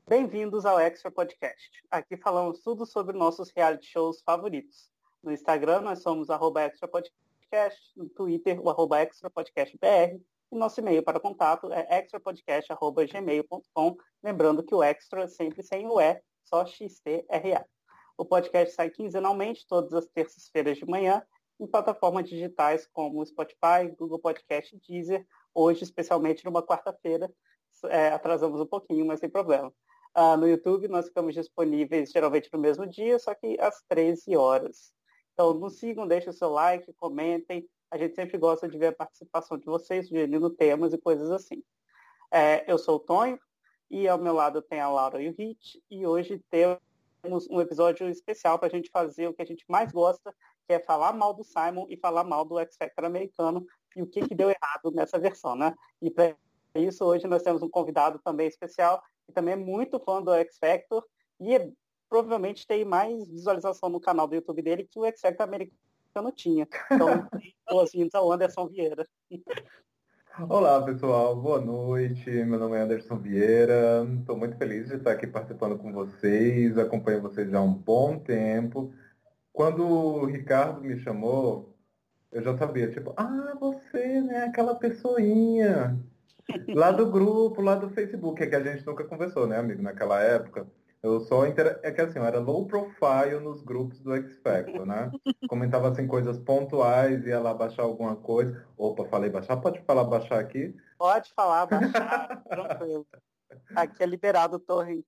Bem-vindos ao Extra Podcast. Aqui falamos tudo sobre nossos reality shows favoritos. No Instagram nós somos @extrapodcast, no Twitter o @extrapodcastbr e nosso e-mail para contato é extrapodcast@gmail.com, lembrando que o extra sempre sem o E, só XTRA. O podcast sai quinzenalmente, todas as terças-feiras de manhã, em plataformas digitais como Spotify, Google Podcast e Deezer, hoje especialmente numa quarta-feira, atrasamos um pouquinho, mas sem problema. No YouTube nós ficamos disponíveis geralmente no mesmo dia, só que às 13 horas. Então nos sigam, deixem o seu like, comentem. A gente sempre gosta de ver a participação de vocês, sugerindo temas e coisas assim. Eu sou o Tonho e ao meu lado tem a Laura e o Hit, e hoje temos um episódio especial para a gente fazer o que a gente mais gosta, que é falar mal do Simon e falar mal do X Factor americano e o que deu errado nessa versão, né? E para isso hoje nós temos um convidado também especial, que também é muito fã do X Factor e provavelmente tem mais visualização no canal do YouTube dele que o X Factor americano tinha. Então, boas-vindas ao Anderson Vieira. Olá, pessoal. Boa noite. Meu nome é Anderson Vieira. Estou muito feliz de estar aqui participando com vocês. Acompanho vocês há um bom tempo. Quando o Ricardo me chamou, eu já sabia, tipo, você, né, aquela pessoinha lá do grupo, lá do Facebook, é que a gente nunca conversou, né, amigo, naquela época. Eu só é que assim, eu era low profile nos grupos do X Factor, né? Comentava assim coisas pontuais, ia lá baixar alguma coisa. Opa, falei baixar, pode falar baixar aqui? Pode falar, baixar, tranquilo. Aqui é liberado o torrent.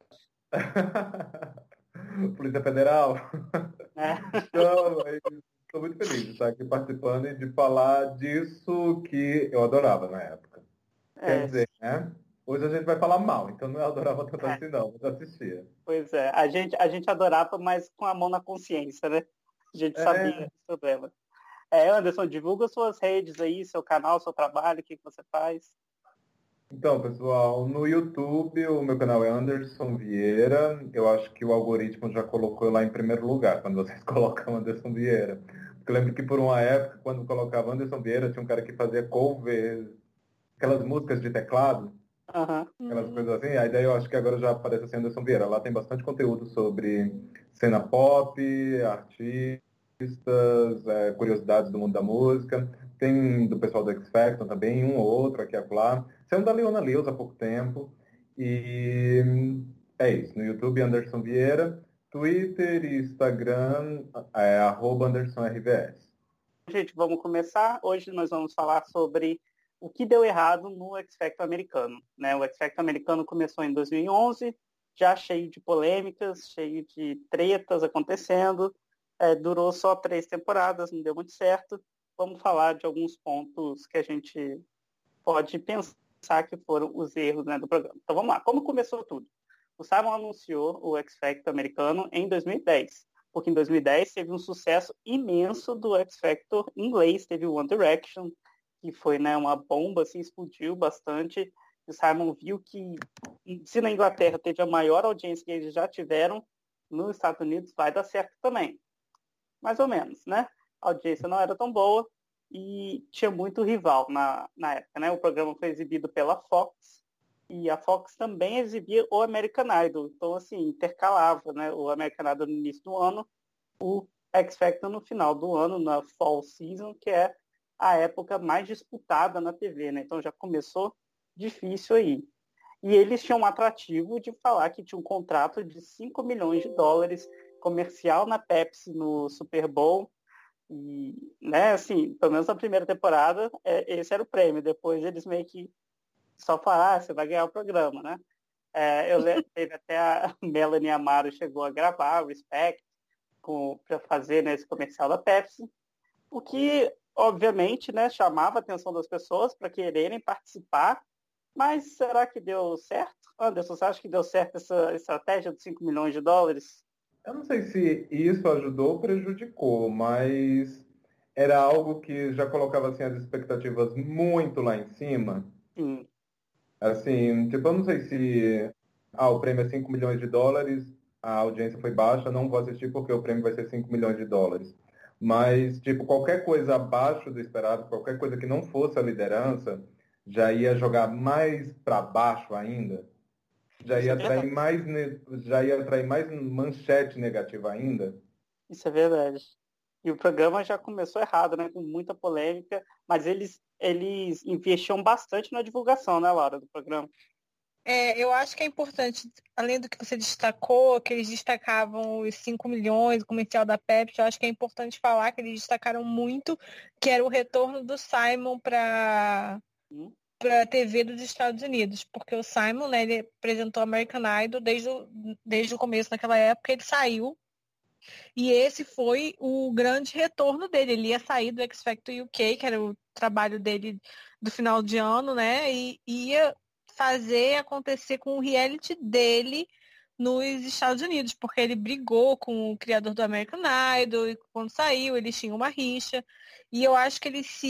Polícia Federal. É. Então, estou muito feliz de estar aqui participando e de falar disso que eu adorava na época. Quer dizer, né? Hoje a gente vai falar mal, então não eu adorava tanto assim não, mas assistia. Pois é, a gente adorava, mas com a mão na consciência, né? A gente sabia dos problemas. Anderson, divulga suas redes aí, seu canal, seu trabalho, o que você faz. Então, pessoal, no YouTube o meu canal é Anderson Vieira. Eu acho que o algoritmo já colocou lá em primeiro lugar, quando vocês colocam Anderson Vieira. Porque eu lembro que por uma época, quando colocava Anderson Vieira, tinha um cara que fazia cover, aquelas músicas de teclado, aquelas coisas assim. Aí daí eu acho que agora já aparece assim Anderson Vieira. Lá tem bastante conteúdo sobre cena pop, artistas, curiosidades do mundo da música. Tem do pessoal do X Factor também, um ou outro aqui e acolá. Saiu da Leona Lewis há pouco tempo. E é isso. No YouTube, Anderson Vieira. Twitter e Instagram, @AndersonRVS. Gente, vamos começar. Hoje nós vamos falar sobre o que deu errado no X Factor americano, né? O X Factor americano começou em 2011, já cheio de polêmicas, cheio de tretas acontecendo. Durou só 3 temporadas, não deu muito certo. Vamos falar de alguns pontos que a gente pode pensar que foram os erros, né, do programa. Então vamos lá. Como começou tudo? O Simon anunciou o X Factor americano em 2010, porque em 2010 teve um sucesso imenso do X Factor inglês, teve o One Direction, que foi, né, uma bomba, assim, explodiu bastante. O Simon viu que se na Inglaterra teve a maior audiência que eles já tiveram, nos Estados Unidos vai dar certo também. Mais ou menos, né? A audiência não era tão boa e tinha muito rival na época, né? O programa foi exibido pela Fox e a Fox também exibia o American Idol. Então, assim, intercalava, né? O American Idol no início do ano, o X Factor no final do ano, na Fall Season, que é a época mais disputada na TV, né? Então já começou difícil aí. E eles tinham um atrativo de falar que tinha um contrato de 5 milhões de dólares comercial na Pepsi no Super Bowl. E, né, assim, pelo menos na primeira temporada, esse era o prêmio. Depois eles meio que só falaram, você vai ganhar o programa, né? Teve até a Melanie Amaro chegou a gravar o Respect para fazer, né, esse comercial da Pepsi. O que, obviamente, né, chamava a atenção das pessoas para quererem participar. Mas será que deu certo? Anderson, você acha que deu certo essa estratégia de 5 milhões de dólares? Eu não sei se isso ajudou ou prejudicou, mas era algo que já colocava assim, as expectativas muito lá em cima. Sim. Assim, tipo, eu não sei se o prêmio é 5 milhões de dólares, a audiência foi baixa, não vou assistir porque o prêmio vai ser 5 milhões de dólares. Mas, tipo, qualquer coisa abaixo do esperado, qualquer coisa que não fosse a liderança, já ia jogar mais para baixo ainda. Já Isso ia é atrair verdade. mais, já ia atrair mais manchete negativa ainda. Isso é verdade. E o programa já começou errado, né? Com muita polêmica, mas eles investiam bastante na divulgação, né, Laura, do programa. Eu acho que é importante, além do que você destacou, que eles destacavam os 5 milhões, o comercial da Pepsi, eu acho que é importante falar que eles destacaram muito que era o retorno do Simon Hum? para a TV dos Estados Unidos, porque o Simon, né, ele apresentou American Idol desde o começo daquela época, ele saiu, e esse foi o grande retorno dele. Ele ia sair do X Factor UK, que era o trabalho dele do final de ano, né, e ia fazer acontecer com o reality dele nos Estados Unidos, porque ele brigou com o criador do American Idol e quando saiu eles tinham uma rixa. E eu acho que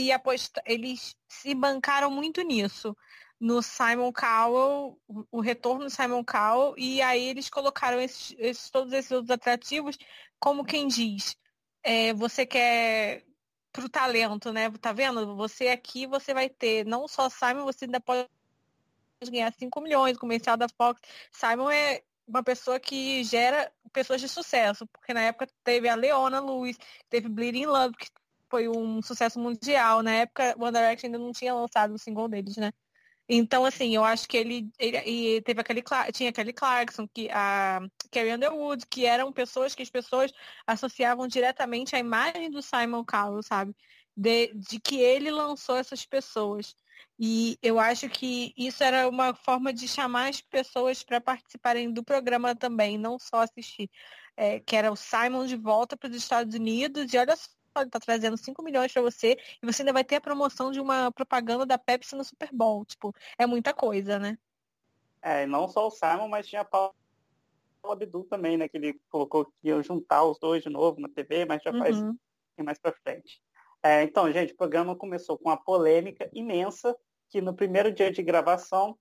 eles se bancaram muito nisso. No Simon Cowell, o retorno do Simon Cowell, e aí eles colocaram todos esses outros atrativos, como quem diz, você quer pro talento, né? Tá vendo? Você aqui, você vai ter não só Simon, você ainda pode ganhar 5 milhões, comercial da Fox. Simon é uma pessoa que gera pessoas de sucesso, porque na época teve a Leona Lewis, teve Bleeding Love, que foi um sucesso mundial. Na época, One Direction ainda não tinha lançado o single deles, né? Então, assim, eu acho que ele e teve tinha Kelly Clarkson, a Carrie Underwood, que eram pessoas que as pessoas associavam diretamente à imagem do Simon Cowell, sabe? De que ele lançou essas pessoas. E eu acho que isso era uma forma de chamar as pessoas para participarem do programa também, não só assistir. Que era o Simon de volta para os Estados Unidos, e olha só, ele está trazendo 5 milhões para você, e você ainda vai ter a promoção de uma propaganda da Pepsi no Super Bowl. Tipo, é muita coisa, né? E não só o Simon, mas tinha a Paula Abdul também, né? Que ele colocou que iam juntar os dois de novo na TV, mas já faz mais pra frente. Então, gente, o programa começou com uma polêmica imensa, que no primeiro dia de gravação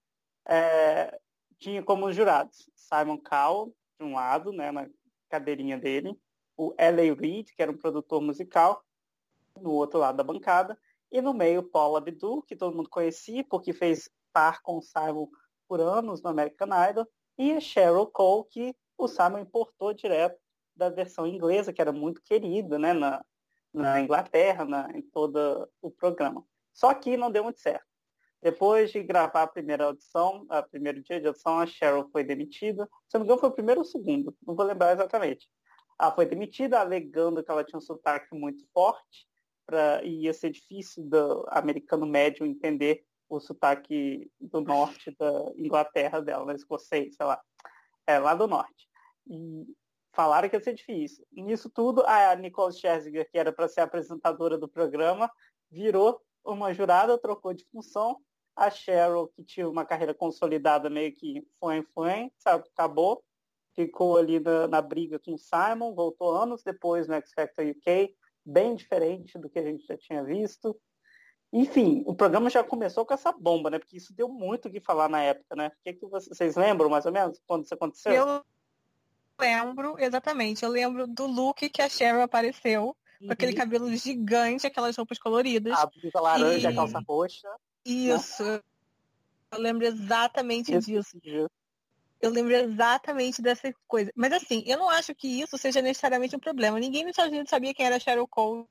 tinha como jurados Simon Cowell, de um lado, né, na cadeirinha dele, o L.A. Reid, que era um produtor musical, no outro lado da bancada, e no meio Paula Abdul, que todo mundo conhecia, porque fez par com o Simon por anos no American Idol, e a Sheryl Cole, que o Simon importou direto da versão inglesa, que era muito querida, né, na Inglaterra, em todo o programa. Só que não deu muito certo. Depois de gravar a primeira audição, o primeiro dia de audição, a Sheryl foi demitida. Se não me engano, foi o primeiro ou o segundo, não vou lembrar exatamente. Ela foi demitida, alegando que ela tinha um sotaque muito forte, e ia ser difícil do americano médio entender o sotaque do norte da Inglaterra dela, né, escocês, sei lá, lá do norte. E falaram que ia ser difícil. Nisso tudo, a Nicole Scherzinger, que era para ser apresentadora do programa, virou uma jurada, trocou de função. A Sheryl, que tinha uma carreira consolidada, meio que foi, sabe, acabou. Ficou ali na briga com o Simon, voltou anos depois no X Factor UK, bem diferente do que a gente já tinha visto. Enfim, o programa já começou com essa bomba, né? Porque isso deu muito o que falar na época, né? O que vocês lembram, mais ou menos, quando isso aconteceu? Eu lembro, exatamente. Eu lembro do look que a Cheryl apareceu, com aquele cabelo gigante, aquelas roupas coloridas. A blusa laranja, a calça roxa. Isso. Né? Eu lembro exatamente disso. Dia. Eu lembro exatamente dessa coisa. Mas assim, eu não acho que isso seja necessariamente um problema. Ninguém nos Estados Unidos sabia quem era Sheryl Cole,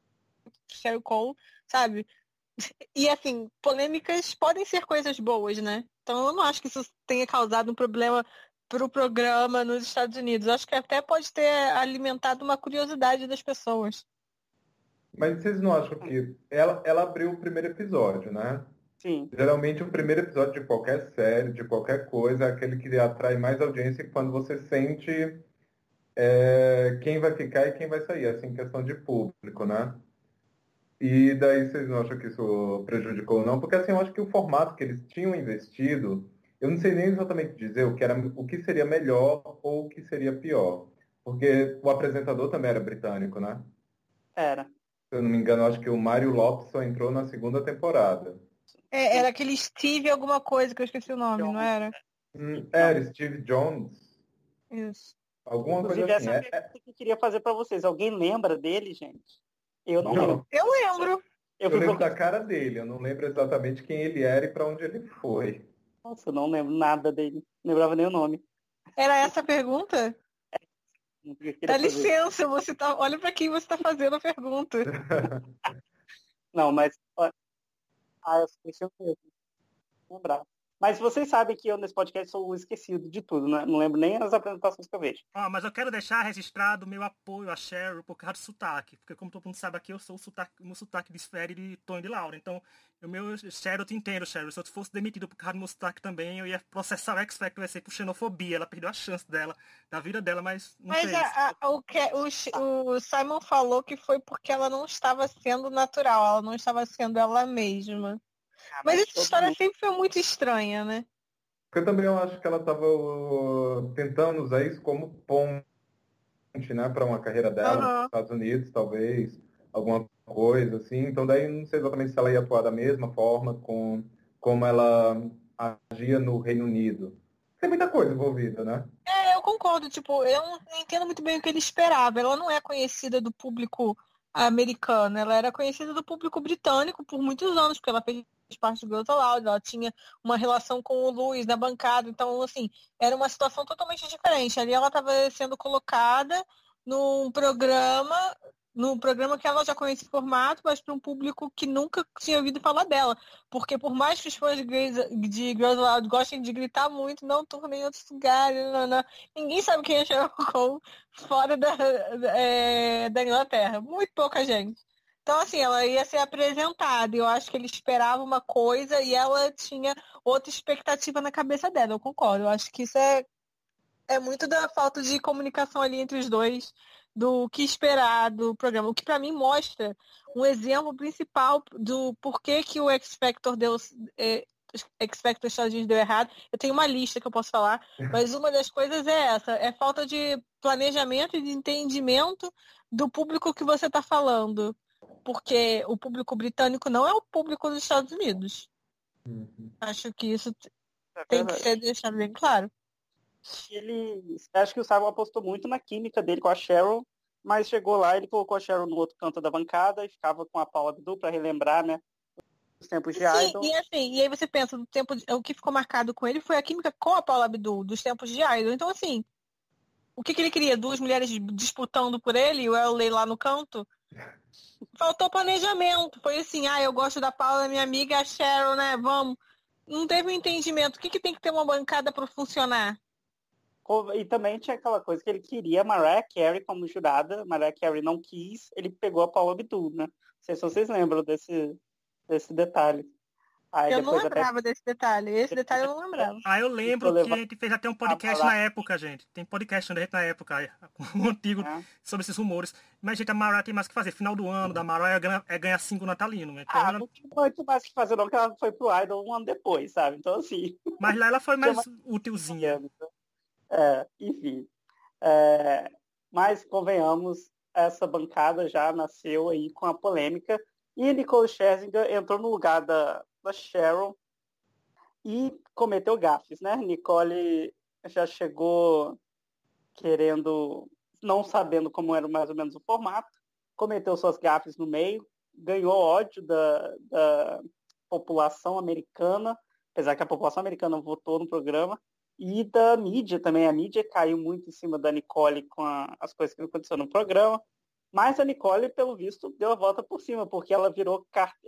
sabe? E assim, polêmicas podem ser coisas boas, né? Então eu não acho que isso tenha causado um problema para o programa nos Estados Unidos. Eu acho que até pode ter alimentado uma curiosidade das pessoas. Mas vocês não acham que ela abriu o primeiro episódio, né? Sim. Geralmente o primeiro episódio de qualquer série, de qualquer coisa, é aquele que atrai mais audiência quando você sente quem vai ficar e quem vai sair, assim, questão de público, né? E daí vocês não acham que isso prejudicou ou não? Porque assim, eu acho que o formato que eles tinham investido, eu não sei nem exatamente dizer o que seria melhor ou o que seria pior. Porque o apresentador também era britânico, né? Era. Se eu não me engano, eu acho que o Mário Lopes só entrou na segunda temporada. Era aquele Steve alguma coisa que eu esqueci o nome, não era? Era Steve Jones. Isso. Alguma Inclusive, coisa assim. essa é a pergunta que eu queria fazer para vocês. Alguém lembra dele, gente? Eu não Não. lembro. Eu lembro. Eu lembro da cara dele, eu não lembro exatamente quem ele era e para onde ele foi. Nossa, eu não lembro nada dele. Não lembrava nem o nome. Era essa a pergunta? Não sei o que eu Dá queria fazer. licença, olha para quem você está fazendo a pergunta. Não, mas... eu esqueci o mesmo. Não lembrava. Mas vocês sabem que eu, nesse podcast, sou esquecido de tudo, né? Não lembro nem as apresentações que eu vejo. Mas eu quero deixar registrado o meu apoio a Cheryl por causa do sotaque. Porque como todo mundo sabe aqui, eu sou o meu sotaque difere de Tony de Laura. Então, Cheryl, eu te entendo, Cheryl. Se eu fosse demitido por causa do meu sotaque também, eu ia processar o X-Factor, ia ser por xenofobia. Ela perdeu a chance dela, da vida dela, mas não fez. O Simon falou que foi porque ela não estava sendo natural, ela não estava sendo ela mesma. Mas essa história sempre foi muito estranha, né? Porque também eu acho que ela estava tentando usar isso como ponte, né, para uma carreira dela nos Estados Unidos, talvez, alguma coisa assim. Então daí não sei exatamente se ela ia atuar da mesma forma como ela agia no Reino Unido. Tem muita coisa envolvida, né? Eu concordo, tipo, eu não entendo muito bem o que ele esperava. Ela não é conhecida do público americano, ela era conhecida do público britânico por muitos anos, porque ela fez parte do Girls Aloud, ela tinha uma relação com o Luis na bancada, então, assim, era uma situação totalmente diferente. Ali ela estava sendo colocada num programa que ela já conhecia o formato, mas para um público que nunca tinha ouvido falar dela. Porque por mais que os fãs de Girls Aloud gostem de gritar muito, não turnem em outros lugares, não. Ninguém sabe quem é Cheryl Cole fora da Inglaterra. Muito pouca gente. Então, assim, ela ia ser apresentada. Eu acho que ele esperava uma coisa e ela tinha outra expectativa na cabeça dela. Eu concordo. Eu acho que isso é muito da falta de comunicação ali entre os dois, do que esperar do programa. O que para mim mostra um exemplo principal do porquê que o X Factor X Factor Estados Unidos deu errado. Eu tenho uma lista que eu posso falar, mas uma das coisas é essa, é falta de planejamento e de entendimento do público que você está falando. Porque o público britânico não é o público dos Estados Unidos. Acho que isso tem que ser deixado bem claro. Acho que o Simon apostou muito na química dele com a Cheryl, mas chegou lá, ele colocou a Cheryl no outro canto da bancada e ficava com a Paula Abdul para relembrar, né, os tempos de Idol. E aí você pensa, o que ficou marcado com ele foi a química com a Paula Abdul, dos tempos de Idol. Então, assim, o que ele queria? Duas mulheres disputando por ele e o Ellie lá no canto? Faltou planejamento. Foi assim, eu gosto da Paula, minha amiga, a Cheryl, né, vamos. Não teve um entendimento. O que tem que ter uma bancada para funcionar? E também tinha aquela coisa que ele queria a Mariah Carey como jurada, Mariah Carey não quis, ele pegou a Paula Abdul, né? Não sei se vocês lembram desse detalhe. Aí eu não lembrava desse detalhe. Esse detalhe eu não lembrava. Eu lembro que a gente fez até um podcast na época, gente. Tem podcast na época, um antigo, sobre esses rumores. Mas, gente, a Mariah tem mais o que fazer. Final do ano da Mariah é ganhar single natalino. Né? Então, não tem muito mais o que fazer, não, porque ela foi pro Idol um ano depois, sabe? Então, assim... Mas lá ela foi mais útilzinha. Enfim. Mas, convenhamos, essa bancada já nasceu aí com a polêmica. E Nicole Scherzinger entrou no lugar da Cheryl e cometeu gafes, né? Nicole já chegou não sabendo como era mais ou menos o formato, cometeu suas gafes no meio, ganhou ódio da população americana, apesar que a população americana votou no programa, e da mídia também. A mídia caiu muito em cima da Nicole com as coisas que aconteceram no programa, mas a Nicole, pelo visto, deu a volta por cima, porque ela virou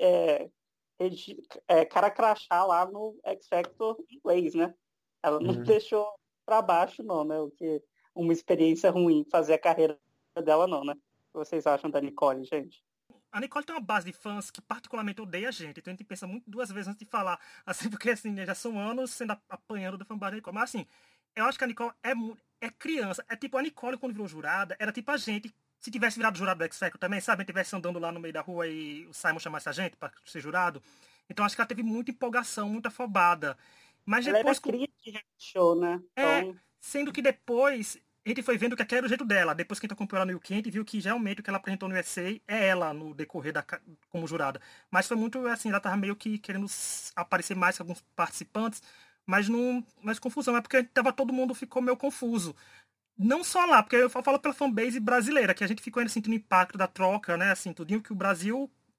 cara crachá lá no X Factor inglês, né? Ela não deixou para baixo, não, né? O que uma experiência ruim fazer a carreira dela, não, né? O que vocês acham da Nicole, gente? A Nicole tem uma base de fãs que particularmente odeia a gente, então a gente pensa duas vezes antes de falar, assim, porque assim, já são anos sendo apanhando da fanbase da Nicole. Mas assim, eu acho que a Nicole é criança, é tipo a Nicole quando virou jurada, era tipo a gente, se tivesse virado jurado do X Factor também, sabe? Estivesse andando lá no meio da rua e o Simon chamasse a gente pra ser jurado. Então acho que ela teve muita empolgação, muita afobada. Mas ela depois... era crítica de show, né? Então... Sendo que depois a gente foi vendo que aquele era o jeito dela. Depois que a gente acompanhou ela no UK, a gente viu que realmente o que ela apresentou no USA é ela no decorrer como jurada. Mas foi muito assim, ela tava meio que querendo aparecer mais que alguns participantes, mas confusão. É porque todo mundo ficou meio confuso. Não só lá, porque eu falo pela fanbase brasileira, que a gente ficou ainda sentindo o impacto da troca, né? Assim, tudinho que o Brasil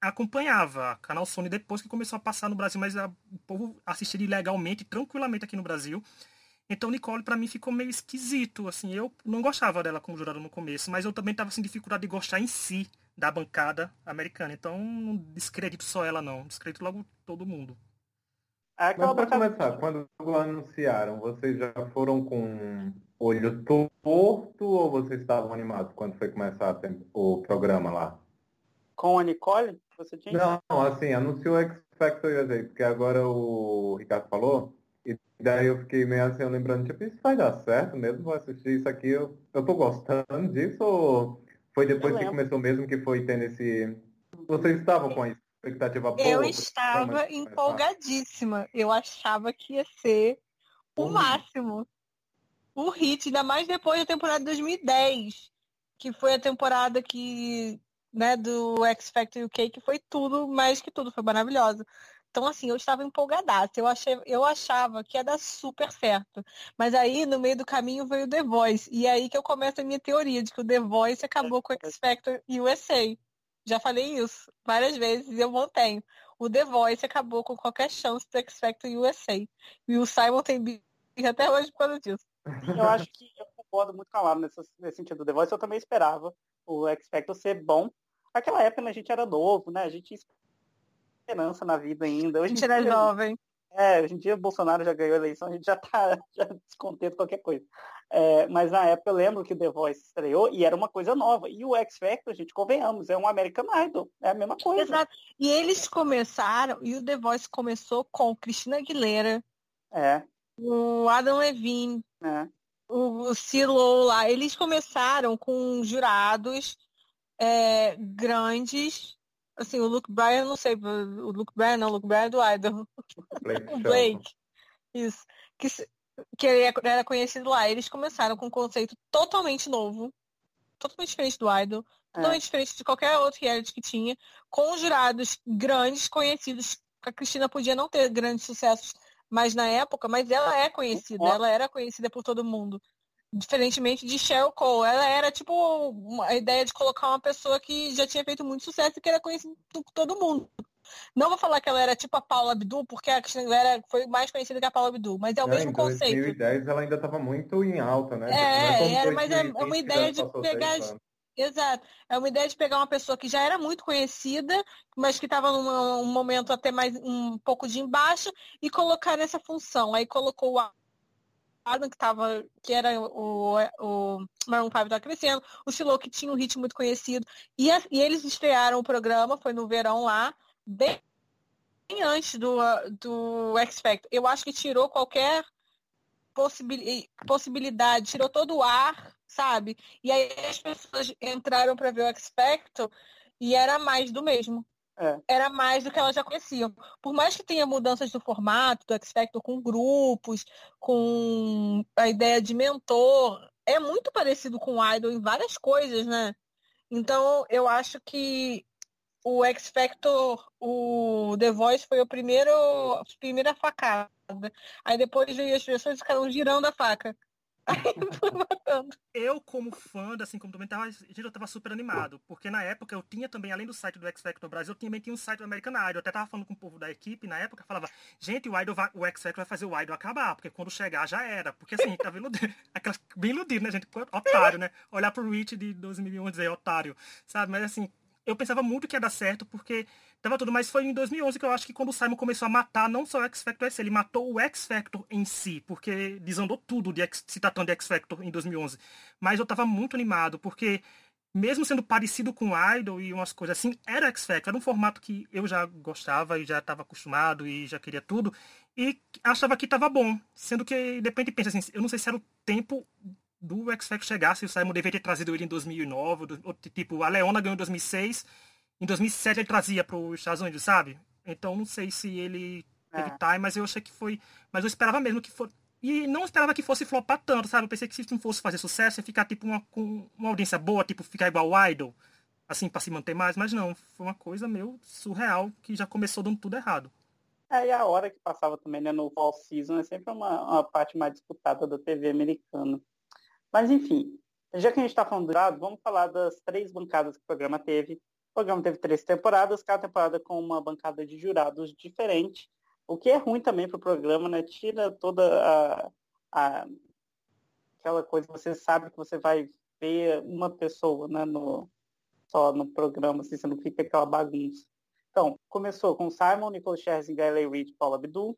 acompanhava Canal Sony depois que começou a passar no Brasil, mas o povo assistia ilegalmente, tranquilamente aqui no Brasil. Então Nicole pra mim ficou meio esquisito, assim, eu não gostava dela como jurada no começo, mas eu também tava sem dificuldade de gostar em si da bancada americana, então não descredito só ela não, descredito logo todo mundo. Mas para começar, quando anunciaram, vocês já foram com olho torto ou vocês estavam animados quando foi começar o programa lá? Com a Nicole, você tinha? Não, assim, anunciou X Factor USA, porque agora o Ricardo falou, e daí eu fiquei meio assim, lembrando, tipo, isso vai dar certo mesmo? Vou assistir isso aqui, eu tô gostando disso, ou foi depois que começou mesmo que foi tendo esse... Vocês estavam com a expectativa boa? Eu estava empolgadíssima. Eu achava que ia ser o máximo. O hit, ainda mais depois da temporada de 2010, que foi a temporada que, né, do X Factor UK, que foi tudo, mais que tudo, foi maravilhosa. Então, assim, eu estava empolgadaça. Eu achava que ia dar super certo. Mas aí, no meio do caminho, veio o The Voice. E aí que eu começo a minha teoria de que o The Voice acabou com o X Factor USA. Já falei isso várias vezes e eu mantenho. O The Voice acabou com qualquer chance do X Factor USA. E o Simon tem bicho até hoje por causa disso. Eu acho que eu concordo muito com a Lara nesse sentido do The Voice. Eu também esperava o X Factor ser bom. Naquela época a gente era novo, né? A gente tinha esperança na vida ainda. Hoje a gente era jovem. Hoje em dia o Bolsonaro já ganhou a eleição, a gente já tá descontente com qualquer coisa. Mas na época eu lembro que o The Voice estreou e era uma coisa nova. E o X Factor, gente, convenhamos, é um American Idol. É a mesma coisa. Exato. E eles começaram, e o The Voice começou com Cristina Aguilera, o Adam Levine, o CeeLo lá. Eles começaram com jurados grandes. Assim, o Luke Bryan, não sei, o Luke Bryan é do Idol. O Blake. Isso. Que ele era conhecido lá. Eles começaram com um conceito totalmente novo, totalmente diferente do Idol, totalmente diferente de qualquer outro reality que tinha, com jurados grandes, conhecidos. A Cristina podia não ter grandes sucessos mais na época, mas ela é conhecida, ela era conhecida por todo mundo. Diferentemente de Cheryl Cole. Ela era tipo a ideia de colocar uma pessoa que já tinha feito muito sucesso e que era conhecida por todo mundo. Não vou falar que ela era tipo a Paula Abdul, porque a Cristina Aguilera foi mais conhecida que a Paula Abdul, mas é o mesmo conceito. Em 2010 ela ainda estava muito em alta, né? Mas é uma ideia de pegar... Exato. É uma ideia de pegar uma pessoa que já era muito conhecida, mas que estava num momento até mais um pouco de embaixo, e colocar nessa função. Aí colocou o Adam, que era o Maroon 5 estava crescendo, o CeeLo, que tinha um ritmo muito conhecido, e eles estrearam o programa, foi no verão lá, bem antes do X Factor. Eu acho que tirou qualquer possibilidade, tirou todo o ar, sabe? E aí as pessoas entraram para ver o X Factor e era mais do mesmo. Era mais do que elas já conheciam. Por mais que tenha mudanças do formato do X Factor com grupos, com a ideia de mentor, é muito parecido com o Idol em várias coisas, né? Então, eu acho que o X Factor, o The Voice foi a primeira facada. Aí depois veio as pessoas ficaram girando a faca. Aí foi matando. Eu, como fã, assim, como também eu tava super animado, porque na época eu tinha também, além do site do X Factor no Brasil, eu também tinha um site do American Idol. Eu até tava falando com o povo da equipe na época, falava, gente, o X Factor vai fazer o Idol acabar, porque quando chegar já era. Porque assim, tá vendo aquelas bem iludido, né, gente? Otário, né? Olhar pro Rich de 2001 e dizer otário, sabe? Mas assim, eu pensava muito que ia dar certo, porque tava tudo, mas foi em 2011 que eu acho que quando o Simon começou a matar não só o X Factor ele matou o X Factor em si, porque desandou tudo se tratando de X Factor em 2011. Mas eu tava muito animado, porque mesmo sendo parecido com o Idol e umas coisas assim, era X Factor, era um formato que eu já gostava e já estava acostumado e já queria tudo, e achava que tava bom, sendo que de repente pensa assim, eu não sei se era o tempo do X Factor chegar, se o Simon deveria ter trazido ele em 2009, tipo, a Leona ganhou em 2006, em 2007 ele trazia para os Estados Unidos, sabe? Então não sei se ele teve time, mas eu achei que foi, mas eu esperava mesmo que fosse, e não esperava que fosse flopar tanto, sabe? Eu pensei que se não fosse fazer sucesso, ia ficar tipo com uma audiência boa, tipo, ficar igual o Idol, assim, para se manter mais, mas não, foi uma coisa meio surreal, que já começou dando tudo errado. E a hora que passava também, né, no Fall Season, é sempre uma parte mais disputada da TV americana. Mas, enfim, já que a gente está falando do lado, vamos falar das 3 bancadas que o programa teve. O programa teve 3 temporadas, cada temporada com uma bancada de jurados diferente, o que é ruim também para o programa, né? Tira toda aquela coisa que você sabe que você vai ver uma pessoa, né, só no programa, assim, você não fica aquela bagunça. Então, começou com Simon, Nicole Scherzinger, L.A. Reid e Paula Abdul.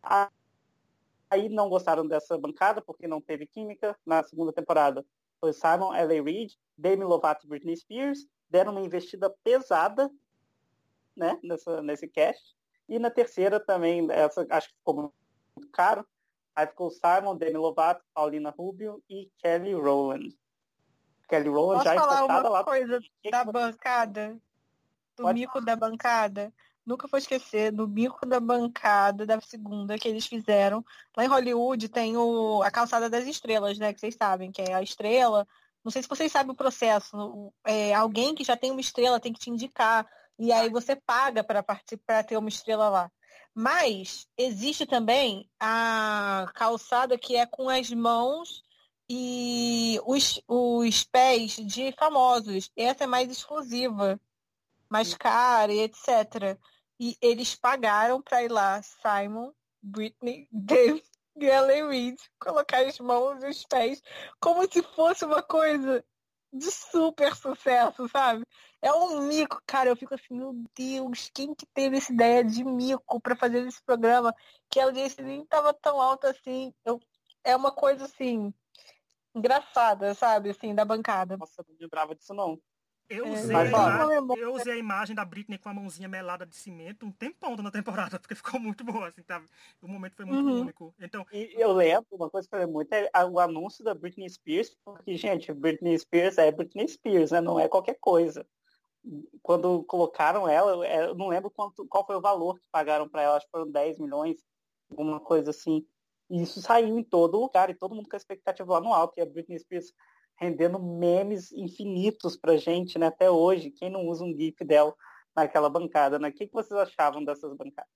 Aí não gostaram dessa bancada, porque não teve química. Na segunda temporada foi Simon, L.A. Reid, Demi Lovato e Britney Spears. Deram uma investida pesada, né, nesse cast. E na terceira também, essa acho que ficou muito caro. Aí ficou Simon, Demi Lovato, Paulina Rubio e Kelly Rowland. Kelly Rowland já Posso falar importada uma lá. coisa da bancada? Do Pode mico da bancada? Nunca vou esquecer do mico da bancada da segunda que eles fizeram. Lá em Hollywood tem a Calçada das Estrelas, né? Que vocês sabem, que é a estrela. Não sei se vocês sabem o processo. Alguém que já tem uma estrela tem que te indicar. E aí você paga para participar, ter uma estrela lá. Mas existe também a calçada que é com as mãos e os pés de famosos. Essa é mais exclusiva, mais cara e etc. E eles pagaram para ir lá, Simon, Britney, Dave e Ellen Reid, colocar as mãos e os pés como se fosse uma coisa de super sucesso, sabe? É um mico, cara. Eu fico assim, meu Deus, quem que teve essa ideia de mico para fazer esse programa? Que a audiência nem tava tão alta assim. É uma coisa assim, engraçada, sabe? Assim, da bancada. Nossa, não lembrava disso não. Eu usei a imagem da Britney com a mãozinha melada de cimento um tempão na temporada, porque ficou muito boa, assim, tá? O momento foi muito único. Então... E eu lembro, uma coisa que eu lembro muito é o anúncio da Britney Spears, porque, gente, Britney Spears é Britney Spears, né? Não é qualquer coisa. Quando colocaram ela, eu não lembro qual foi o valor que pagaram para ela, acho que foram 10 milhões, alguma coisa assim. E isso saiu em todo lugar, e todo mundo com a expectativa lá no alto, e a Britney Spears rendendo memes infinitos pra gente, né, até hoje. Quem não usa um GIF dela naquela bancada, né? O que vocês achavam dessas bancadas?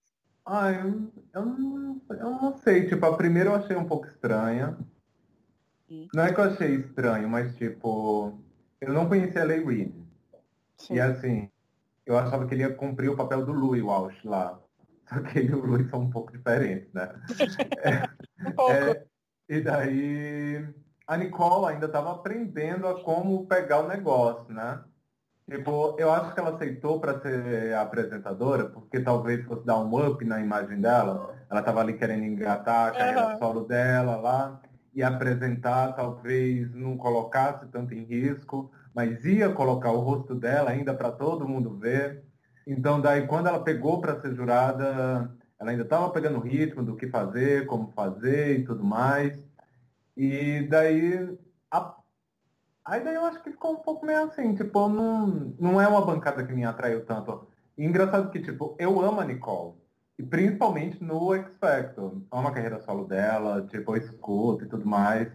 Eu não sei. Tipo, a primeira eu achei um pouco estranha. Não é que eu achei estranho, mas, tipo, eu não conhecia a L.A. Reid. E, assim, eu achava que ele ia cumprir o papel do Louis Walsh lá. Só que ele e o Louis são um pouco diferentes, né? Um pouco. E daí a Nicole ainda estava aprendendo a como pegar o negócio, né? Tipo, eu acho que ela aceitou para ser apresentadora, porque talvez fosse dar um up na imagem dela. Ela estava ali querendo engatar a carreira solo dela lá, e apresentar, talvez não colocasse tanto em risco, mas ia colocar o rosto dela ainda para todo mundo ver. Então, daí, quando ela pegou para ser jurada, ela ainda estava pegando o ritmo do que fazer, como fazer e tudo mais. E daí, aí daí eu acho que ficou um pouco meio assim, tipo, não é uma bancada que me atraiu tanto. E engraçado que, tipo, eu amo a Nicole. E principalmente no X Factor. Amo a carreira solo dela, tipo, eu escuto e tudo mais.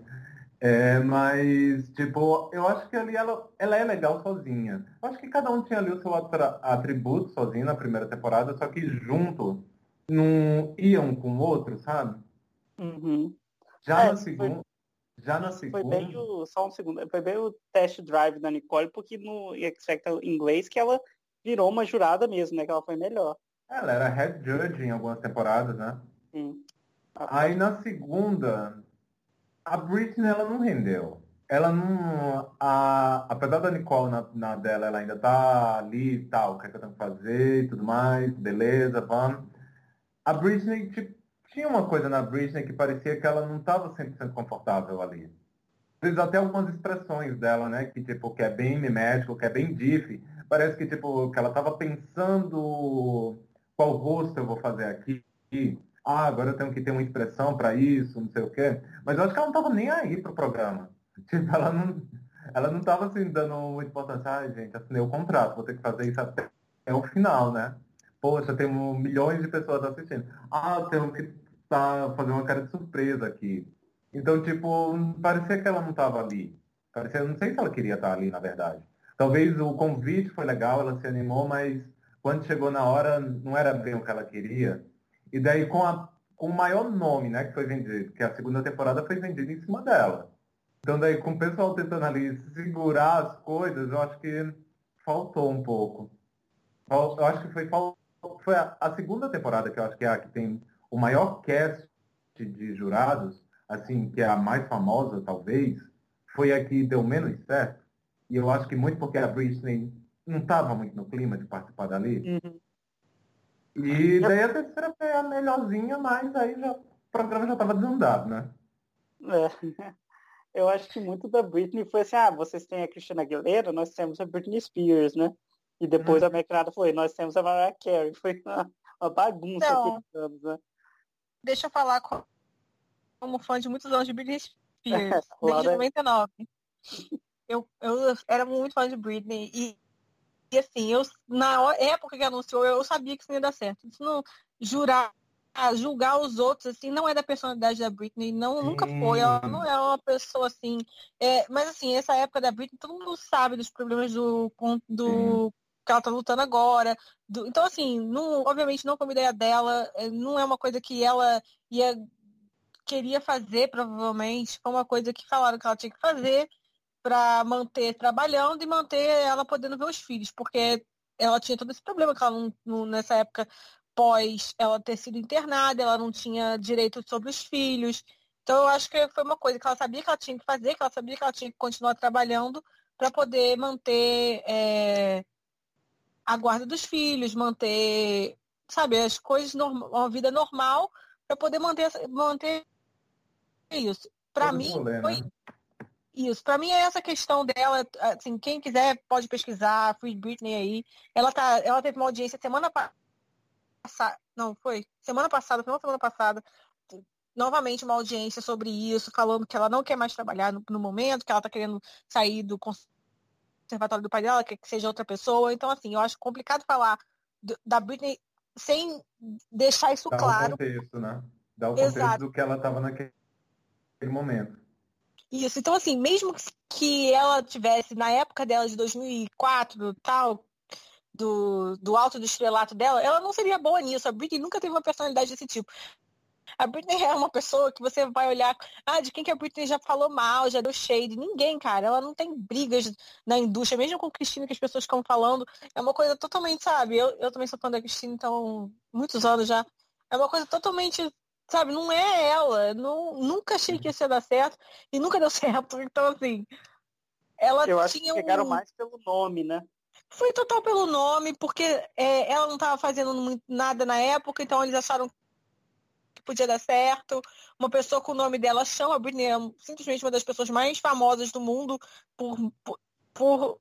Mas, tipo, eu acho que ali ela é legal sozinha. Eu acho que cada um tinha ali o seu atributo sozinho na primeira temporada, só que junto não iam com o outro, sabe? Uhum. Já na segunda. Foi bem só um segundo. Foi bem o test drive da Nicole, porque no X Factor inglês que ela virou uma jurada mesmo, né? Que ela foi melhor. Ela era head judge em algumas temporadas, né? Sim. Aí na segunda, a Britney ela não rendeu. Ela não. Apesar da Nicole na dela, ela ainda tá ali e tal, o que é que eu tenho que fazer e tudo mais, beleza, vamos. A Britney, tipo, tinha uma coisa na Britney que parecia que ela não estava 100% confortável ali. Às vezes até algumas expressões dela, né, que tipo, que é bem mimético, que é bem diff, parece que tipo, que ela estava pensando qual rosto eu vou fazer aqui. Agora eu tenho que ter uma expressão para isso, não sei o quê. Mas eu acho que ela não estava nem aí pro programa. Tipo, ela não estava assim dando muita importância. Ai, gente, assinei o contrato, vou ter que fazer isso até o final, né? Poxa, temos milhões de pessoas assistindo. Temos que fazer uma cara de surpresa aqui. Então, tipo, parecia que ela não estava ali. Parecia, não sei se ela queria estar ali, na verdade. Talvez o convite foi legal, ela se animou, mas quando chegou na hora, não era bem o que ela queria. E daí, com o maior nome, né, que foi vendido, que a segunda temporada foi vendida em cima dela. Então, daí, com o pessoal tentando ali segurar as coisas, eu acho que faltou um pouco. Eu acho que foi a segunda temporada que eu acho que é a que tem o maior cast de jurados, assim, que é a mais famosa, talvez, foi a que deu menos certo. E eu acho que muito porque a Britney não estava muito no clima de participar dali. Uhum. E daí a terceira foi a melhorzinha, mas aí o programa já estava desandado, né? É. Eu acho que muito da Britney foi assim, vocês têm a Christina Aguilera, nós temos a Britney Spears, né? E depois a Americanada foi, nós temos a Mariah Carey. Foi uma bagunça Não, aqueles anos, né? deixa eu falar como fã de muitos anos de Britney Spears, desde Laura, 99. Eu era muito fã de Britney e assim, na época que anunciou, eu sabia que isso não ia dar certo. Isso não julgar os outros, assim, não é da personalidade da Britney, não, nunca foi. Ela não é uma pessoa assim. Mas assim, essa época da Britney, todo mundo sabe dos problemas do que ela tá lutando agora. Então, assim, não, obviamente não foi uma ideia dela, não é uma coisa que ela queria fazer, provavelmente. Foi uma coisa que falaram que ela tinha que fazer para manter trabalhando e manter ela podendo ver os filhos, porque ela tinha todo esse problema que ela nessa época pós ela ter sido internada, ela não tinha direito sobre os filhos. Então eu acho que foi uma coisa que ela sabia que ela tinha que fazer, que ela sabia que ela tinha que continuar trabalhando para poder manter a guarda dos filhos, manter, sabe, as coisas, uma vida normal, para poder manter isso. Para Todo esse mim, rolê, foi né? isso, pra mim é essa questão dela, assim, quem quiser pode pesquisar, Free Britney aí. Ela teve uma audiência semana passada, não, foi? Semana passada, final da semana passada, novamente uma audiência sobre isso, falando que ela não quer mais trabalhar no momento, que ela tá querendo sair do conservatório do pai dela, quer que seja outra pessoa. Então, assim, eu acho complicado falar da Britney sem deixar isso Dá o claro. contexto, né? Dá o contexto Exato. do que ela estava naquele momento. Isso, então assim, mesmo que ela tivesse na época dela de 2004, tal, do alto do estrelato dela, ela não seria boa nisso. A Britney nunca teve uma personalidade desse tipo. A Britney é uma pessoa que você vai olhar, de quem que a Britney já falou mal, já deu shade. Ninguém, cara. Ela não tem brigas na indústria, mesmo com Cristina, que as pessoas ficam falando. É uma coisa totalmente, sabe? Eu também sou fã da Cristina, então, muitos anos já. É uma coisa totalmente, sabe? Não é ela. Nunca achei que isso ia dar certo e nunca deu certo. Então, assim, ela eu acho que tinha pegaram mais pelo nome, né? Foi total pelo nome, porque ela não estava fazendo nada na época, então eles acharam que podia dar certo. Uma pessoa com o nome dela chama, a Britney é simplesmente uma das pessoas mais famosas do mundo por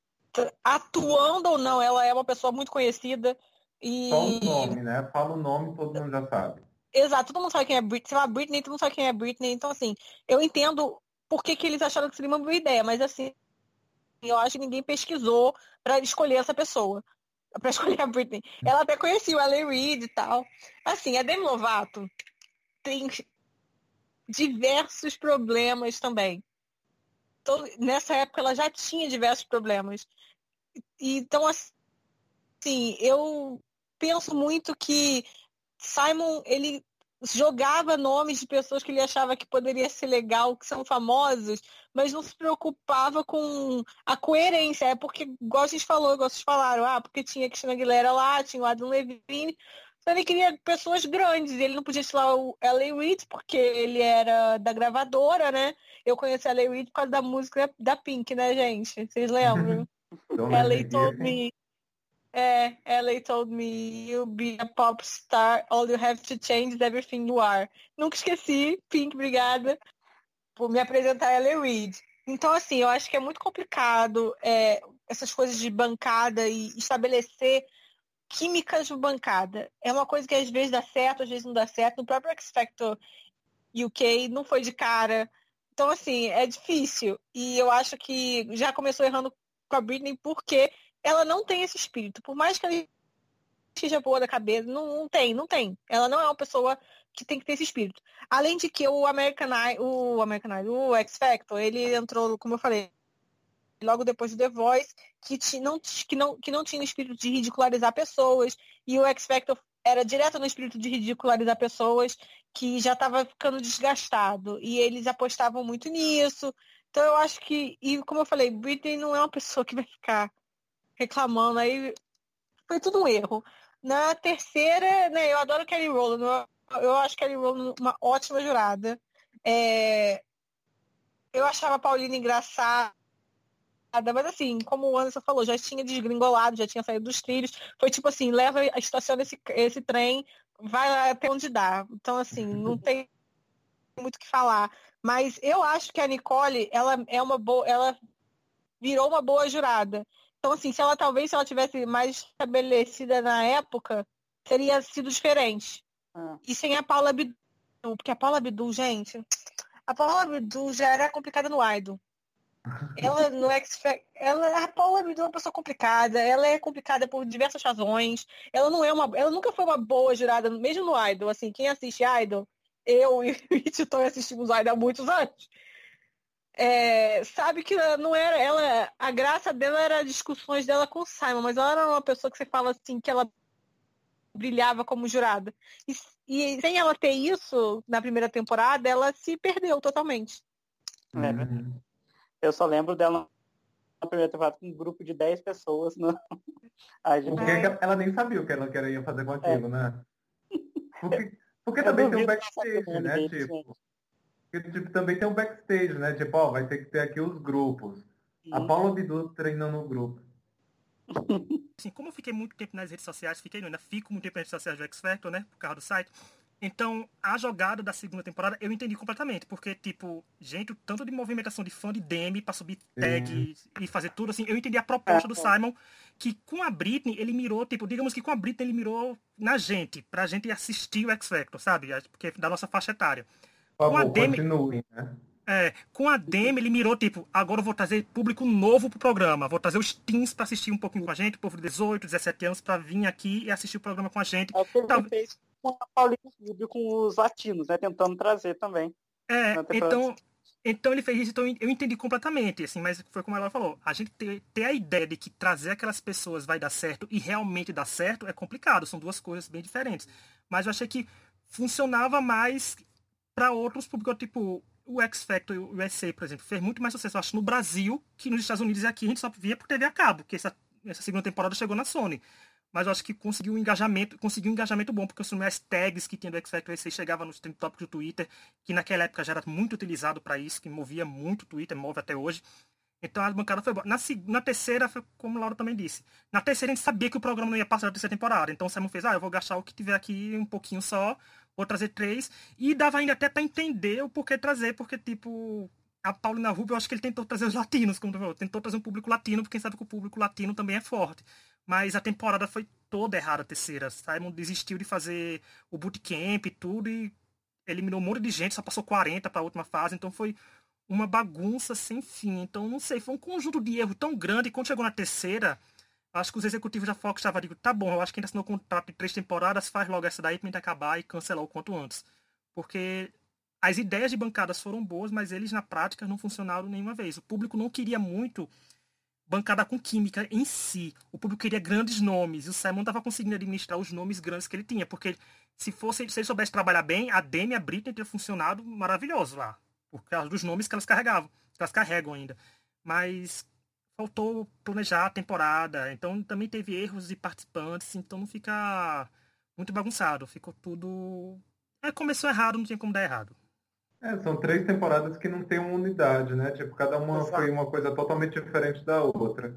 atuando ou não, ela é uma pessoa muito conhecida. Só E o nome, né? Fala o nome, todo mundo já sabe. exato, todo mundo sabe quem é Britney. Se lá Britney, todo mundo sabe quem é Britney. Então, assim, eu entendo por que eles acharam que seria uma boa ideia, mas assim, eu acho que ninguém pesquisou para escolher essa pessoa. Pra escolher a Britney. Ela até conhecia o L.A. Reid e tal. Assim, a Demi Lovato tem diversos problemas também. Nessa época ela já tinha diversos problemas. Então, assim, eu penso muito que Simon, ele jogava nomes de pessoas que ele achava que poderia ser legal, que são famosos, mas não se preocupava com a coerência. É porque, igual a gente falou, igual vocês falaram, porque tinha a Christina Aguilera lá, tinha o Adam Levine, então ele queria pessoas grandes, ele não podia tirar o L.A. Reid, porque ele era da gravadora, né? Eu conheci a L.A. Reid por causa da música da Pink, né, gente? Vocês lembram? Don't let Ela me told hear. me Ellie told me you'll be a pop star, all you have to change is everything you are. Nunca esqueci, Pink, obrigada por me apresentar a Ellie Reid. Então, assim, eu acho que é muito complicado essas coisas de bancada e estabelecer químicas de bancada. É uma coisa que às vezes dá certo, às vezes não dá certo. No próprio X Factor UK não foi de cara. Então, assim, é difícil. E eu acho que já começou errando com a Britney porque ela não tem esse espírito. Por mais que ela esteja boa da cabeça, não tem. Ela não é uma pessoa que tem que ter esse espírito. Além de que o o X Factor, ele entrou, como eu falei, logo depois do The Voice, que não tinha o espírito de ridicularizar pessoas, e o X Factor era direto no espírito de ridicularizar pessoas, que já estava ficando desgastado, e eles apostavam muito nisso. Então eu acho que, e como eu falei, Britney não é uma pessoa que vai ficar reclamando, aí foi tudo um erro. Na terceira, né, eu adoro Kelly Rowland, eu acho Kelly Rowland uma ótima jurada. Eu achava a Paulina engraçada, mas assim, como o Anderson falou, já tinha desgringolado, já tinha saído dos trilhos. Foi tipo assim, leva, estaciona esse trem, vai lá até onde dá. Então, assim, não tem muito o que falar. Mas eu acho que a Nicole, ela é uma boa, ela virou uma boa jurada. Então, assim, se ela tivesse mais estabelecida na época, teria sido diferente. E sem a Paula Abdul, porque a Paula Abdul, gente, a Paula Abdul já era complicada no Idol. Ela no X Factor, a Paula Abdul é uma pessoa complicada, ela é complicada por diversas razões. Ela nunca foi uma boa jurada, mesmo no Idol. Assim, quem assiste Idol, eu e o Titão assistimos Idol há muitos anos. Sabe que ela não era ela, a graça dela era as discussões dela com o Simon, mas ela era uma pessoa que você fala assim que ela brilhava como jurada. E sem ela ter isso na primeira temporada, ela se perdeu totalmente. Eu só lembro dela na primeira temporada com um grupo de 10 pessoas. No... Ela nem sabia o que ela queria fazer com aquilo, né? Porque também tem um backstage, né? Tipo, também tem um backstage, né? Tipo, ó, vai ter que ter aqui os grupos. A Paula Abdul treinando no grupo. Assim, como eu fiquei muito tempo nas redes sociais, ainda fico muito tempo nas redes sociais do X Factor, né? Por causa do site. Então, a jogada da segunda temporada eu entendi completamente. Porque, tipo, gente, o tanto de movimentação de fã de Demi pra subir tag e fazer tudo, assim, eu entendi a proposta do Simon, que com a Britney, ele mirou, tipo, digamos que com a Britney ele mirou na gente, pra gente assistir o X Factor, sabe? Porque é da nossa faixa etária. Por favor, continuem, né? Com a Demi, ele mirou, tipo, agora eu vou trazer público novo pro programa. Vou trazer os teens pra assistir um pouquinho com a gente, o povo de 18, 17 anos, pra vir aqui e assistir o programa com a gente. É o que ele fez com a Paulina Rubio, com os latinos, né? Tentando trazer também. Então ele fez isso, então eu entendi completamente, assim, mas foi como ela falou, a gente ter a ideia de que trazer aquelas pessoas vai dar certo e realmente dar certo é complicado, são duas coisas bem diferentes. Mas eu achei que funcionava mais para outros públicos, tipo o X Factor e o USA, por exemplo, fez muito mais sucesso, eu acho, no Brasil que nos Estados Unidos, e aqui a gente só via por TV a cabo, porque essa segunda temporada chegou na Sony. Mas eu acho que conseguiu um engajamento bom, porque as tags que tinha do X Factor USA chegava nos trend topics do Twitter, que naquela época já era muito utilizado para isso, que movia muito o Twitter, move até hoje. Então a bancada foi boa. Na terceira, foi como o Laura também disse. Na terceira a gente sabia que o programa não ia passar da terceira temporada. Então o Simon fez, eu vou gastar o que tiver aqui um pouquinho só, vou trazer 3. E dava ainda até para entender o porquê trazer, porque tipo... A Paulina Rubio, eu acho que ele tentou trazer os latinos, como tu falou. Tentou trazer um público latino, porque quem sabe que o público latino também é forte. Mas a temporada foi toda errada, a terceira. Simon desistiu de fazer o bootcamp e tudo, e eliminou um monte de gente, só passou 40 para a última fase, então foi uma bagunça sem fim. Então, não sei, foi um conjunto de erro tão grande, e quando chegou na terceira, acho que os executivos da Fox estavam, tá bom, eu acho que ainda assinou um contrato de 3 temporadas, faz logo essa daí pra gente acabar e cancelar o quanto antes. Porque as ideias de bancadas foram boas, mas eles na prática não funcionaram nenhuma vez. O público não queria muito bancada com química em si. O público queria grandes nomes. E o Simon estava conseguindo administrar os nomes grandes que ele tinha. Porque se ele soubesse trabalhar bem, a Demi e a Britney teria funcionado maravilhoso lá. Por causa dos nomes que elas carregavam. Que elas carregam ainda. Mas faltou planejar a temporada. Então também teve erros de participantes. Então não fica muito bagunçado. Ficou tudo... começou errado, não tinha como dar errado. São 3 temporadas que não tem uma unidade, né? Tipo, cada uma foi uma coisa totalmente diferente da outra.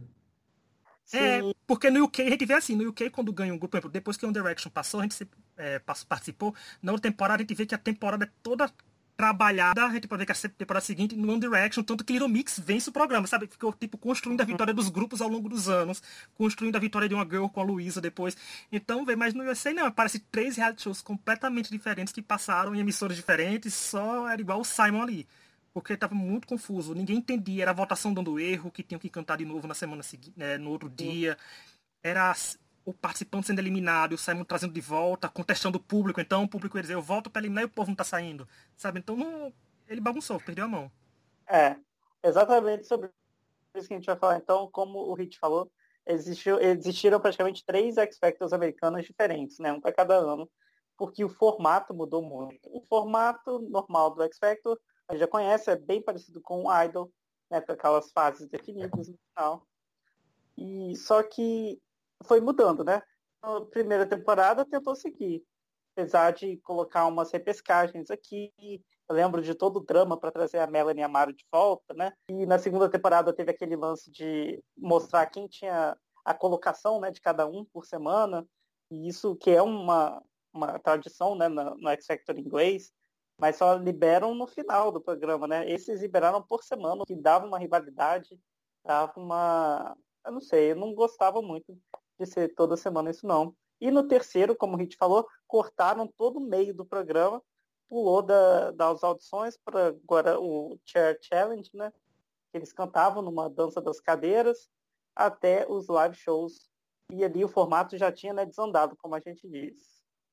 Porque no UK a gente vê assim, no UK quando ganha um grupo, por exemplo, depois que o One Direction passou, a gente participou, na outra temporada a gente vê que a temporada é toda trabalhada, a gente pode ver que a temporada seguinte no One Direction, tanto que Little Mix vence o programa, sabe? Ficou tipo construindo a vitória dos grupos ao longo dos anos, construindo a vitória de uma girl com a Luísa depois. Então, mas no USA não, parece 3 reality shows completamente diferentes que passaram em emissoras diferentes, só era igual o Simon ali. Porque estava muito confuso, ninguém entendia, era a votação dando erro, que tinham que cantar de novo na semana seguinte, no outro dia, era o participante sendo eliminado, o Simon trazendo de volta, contestando o público, então o público ia dizer, eu volto para eliminar e o povo não tá saindo, sabe? Então ele bagunçou, perdeu a mão. Exatamente sobre isso que a gente vai falar. Então, como o Rich falou, existiram praticamente 3 X Factors americanos diferentes, né? Um para cada ano, porque o formato mudou muito. O formato normal do X Factor, a gente já conhece, é bem parecido com o Idol, né? Com aquelas fases definidas no final. E só que foi mudando, né? Na primeira temporada tentou seguir, apesar de colocar umas repescagens aqui. Eu lembro de todo o drama para trazer a Melanie Amaro de volta, né? E na segunda temporada teve aquele lance de mostrar quem tinha a colocação, né, de cada um por semana. E isso que é uma tradição, né, no X Factor inglês, mas só liberam no final do programa, né? Esses liberaram por semana, o que dava uma rivalidade, dava uma... Eu não sei, eu não gostava muito de ser toda semana isso não. E no terceiro, como a gente falou, cortaram todo o meio do programa, pulou das audições para agora o Chair Challenge, né? Eles cantavam numa dança das cadeiras até os live shows. E ali o formato já tinha, né, desandado, como a gente diz.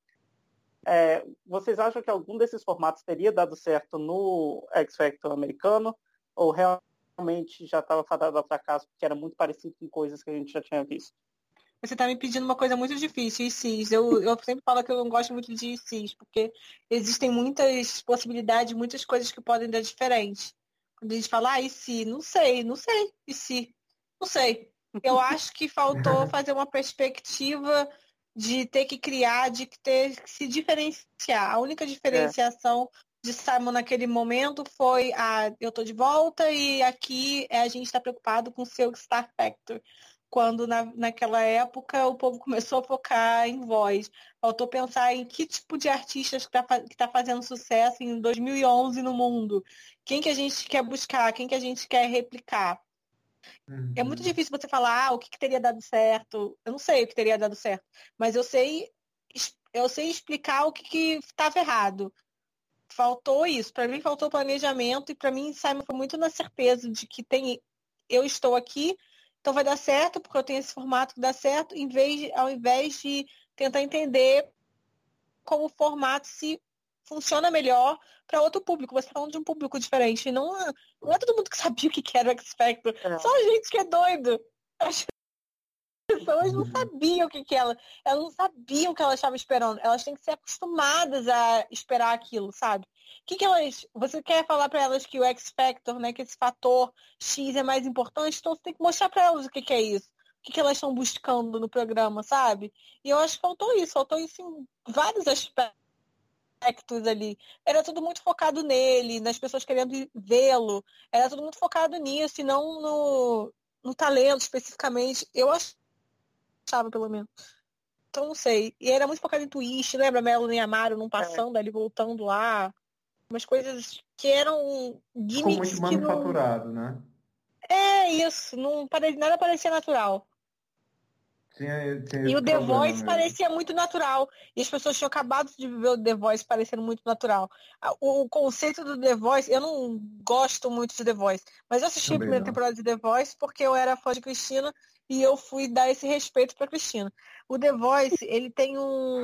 Vocês acham que algum desses formatos teria dado certo no X Factor americano? Ou realmente já estava fadado ao fracasso porque era muito parecido com coisas que a gente já tinha visto? Você está me pedindo uma coisa muito difícil, ICs. Eu sempre falo que eu não gosto muito de ICs, porque existem muitas possibilidades, muitas coisas que podem dar diferente. Quando a gente fala, e se? Não sei, e se? Não sei. Eu acho que faltou fazer uma perspectiva de ter que criar, de ter que se diferenciar. A única diferenciação de Simon naquele momento foi, eu tô de volta e aqui a gente está preocupado com o seu Star Factor. Quando naquela época o povo começou a focar em voz. Faltou pensar em que tipo de artistas que tá fazendo sucesso em 2011 no mundo. Quem que a gente quer buscar, quem que a gente quer replicar. Uhum. É muito difícil você falar o que teria dado certo. Eu não sei o que teria dado certo, mas eu sei explicar o que estava errado. Faltou isso. Para mim faltou planejamento e para mim Simon foi muito na certeza de que eu estou aqui, então vai dar certo, porque eu tenho esse formato que dá certo, ao invés de tentar entender como o formato se funciona melhor para outro público. Você está falando de um público diferente. Não é todo mundo que sabia o que era o X Factor. Só a gente que é doido. As pessoas não sabiam o que elas não sabiam o que elas estavam esperando. Elas têm que ser acostumadas a esperar aquilo, sabe? Você quer falar para elas que o X Factor, né, que esse fator X é mais importante, então você tem que mostrar para elas o que é isso. O que elas estão buscando no programa, sabe? E eu acho que faltou isso em vários aspectos ali. Era tudo muito focado nele, nas pessoas querendo vê-lo. Era tudo muito focado nisso e não no talento especificamente. Eu achava, pelo menos. Então, não sei. E era muito focado em twist, lembra? Melanie Amaro não passando, ali voltando lá. Umas coisas que eram Ficou gimmicks muito que não... manufaturado, né? É isso, nada parecia natural. Tinha E esse o The problema Voice mesmo. parecia muito natural. E as pessoas tinham acabado de ver o The Voice parecendo muito natural. O conceito do The Voice, eu não gosto muito de The Voice, mas eu assisti a Também primeira não. temporada de The Voice porque eu era fã de Cristina e eu fui dar esse respeito para Cristina. O The Voice, ele tem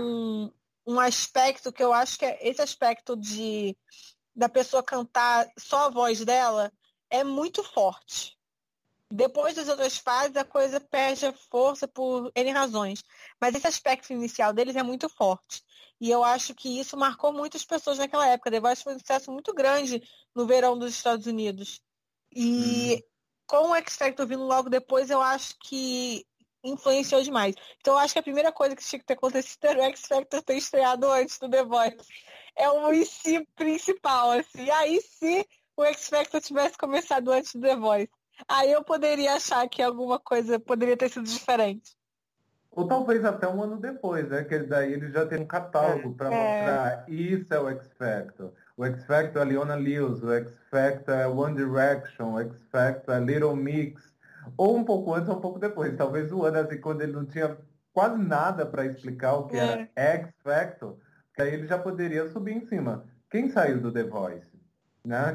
um aspecto que eu acho que é esse aspecto da pessoa cantar só a voz dela é muito forte. Depois das outras fases, a coisa perde a força por N razões. Mas esse aspecto inicial deles é muito forte. E eu acho que isso marcou muitas pessoas naquela época. The Voice foi um sucesso muito grande no verão dos Estados Unidos. E com o X Factor vindo logo depois, eu acho que influenciou demais. Então eu acho que a primeira coisa que tinha que ter acontecido era o X Factor ter estreado antes do The Voice. É o IC principal, assim. Aí se o X Factor tivesse começado antes do The Voice. Aí eu poderia achar que alguma coisa poderia ter sido diferente. Ou talvez até um ano depois, né? Que daí ele já tem um catálogo para mostrar isso é o X Factor. O X Factor é Leona Lewis, o X Factor é One Direction, o X Factor é Little Mix. Ou um pouco antes ou um pouco depois. Talvez o ano assim, quando ele não tinha quase nada para explicar o que era X Factor, que aí ele já poderia subir em cima. Quem saiu do The Voice? Né?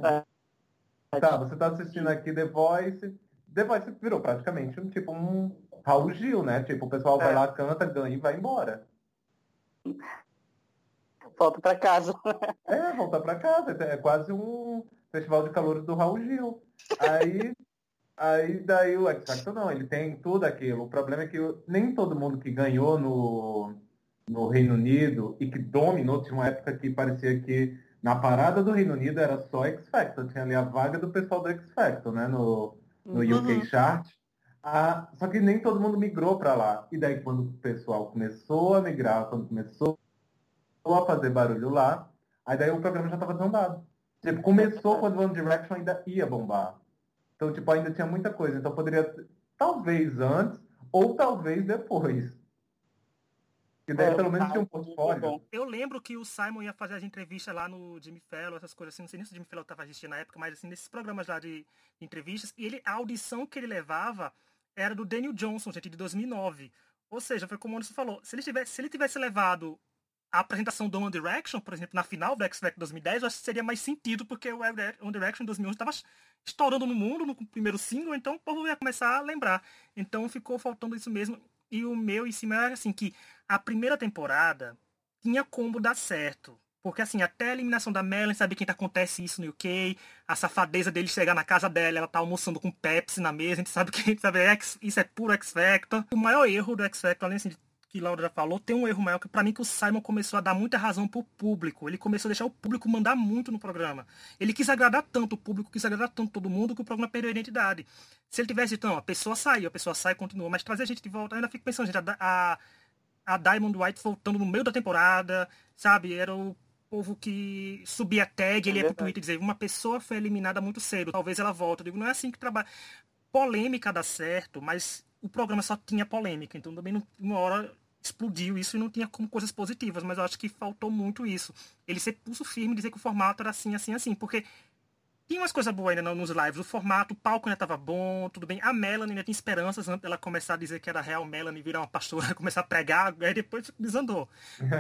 Tá, você tá assistindo aqui The Voice. The Voice virou praticamente um Raul Gil, né? Tipo, o pessoal vai lá, canta, ganha e vai embora. Volta pra casa. Volta pra casa. É quase um festival de calores do Raul Gil. Aí daí o X Factor não, ele tem tudo aquilo. O problema é que nem todo mundo que ganhou no Reino Unido e que dominou, tinha uma época que parecia que na parada do Reino Unido era só X Factor, tinha ali a vaga do pessoal do X Factor, né, no UK Chart. Só que nem todo mundo migrou para lá. E daí quando o pessoal começou a migrar, quando começou a fazer barulho lá, aí daí o programa já estava desandado. Tipo, começou quando One Direction ainda ia bombar. Então, tipo, ainda tinha muita coisa. Então poderia, talvez antes, ou talvez depois. E daí pelo menos tinha um portfólio. Eu lembro que o Simon ia fazer as entrevistas lá no Jimmy Fallon, essas coisas assim. Não sei nem se o Jimmy Fallon estava assistindo na época, mas assim, nesses programas lá de entrevistas. E a audição que ele levava era do Daniel Johnson, gente, de 2009. Ou seja, foi como o Anderson falou. Se ele tivesse levado a apresentação do One Direction, por exemplo, na final do X Factor 2010, eu acho que seria mais sentido, porque o One Direction em 2011 estava estourando no mundo, no primeiro single, então o povo ia começar a lembrar. Então ficou faltando isso mesmo. E o meu em cima era assim, que a primeira temporada tinha como dar certo. Porque assim, até a eliminação da Melanie, sabe que acontece isso no UK, a safadeza dele chegar na casa dela, ela tá almoçando com Pepsi na mesa, a gente sabe que isso é puro X Factor. O maior erro do X Factor, além assim, que Laura já falou, tem um erro maior que pra mim que o Simon começou a dar muita razão pro público. Ele começou a deixar o público mandar muito no programa. Ele quis agradar tanto o público, quis agradar tanto todo mundo, que o programa perdeu a identidade. Se ele tivesse dito, não, a pessoa sai e continua, mas trazer a gente de volta, eu ainda fico pensando, gente, a Diamond White voltando no meio da temporada, sabe? Era o povo que subia a tag, ele ia pro Twitter dizer, uma pessoa foi eliminada muito cedo, talvez ela volte. Eu digo, não é assim que trabalha. Polêmica dá certo, mas o programa só tinha polêmica, então também uma hora explodiu isso e não tinha como coisas positivas, mas eu acho que faltou muito isso. Ele ser pulso firme e dizer que o formato era assim, assim, assim, porque tinha umas coisas boas ainda nos lives, o formato, o palco ainda tava bom, tudo bem. A Melanie ainda tinha esperanças antes dela começar a dizer que era real Melanie, virar uma pastora, começar a pregar, aí depois desandou.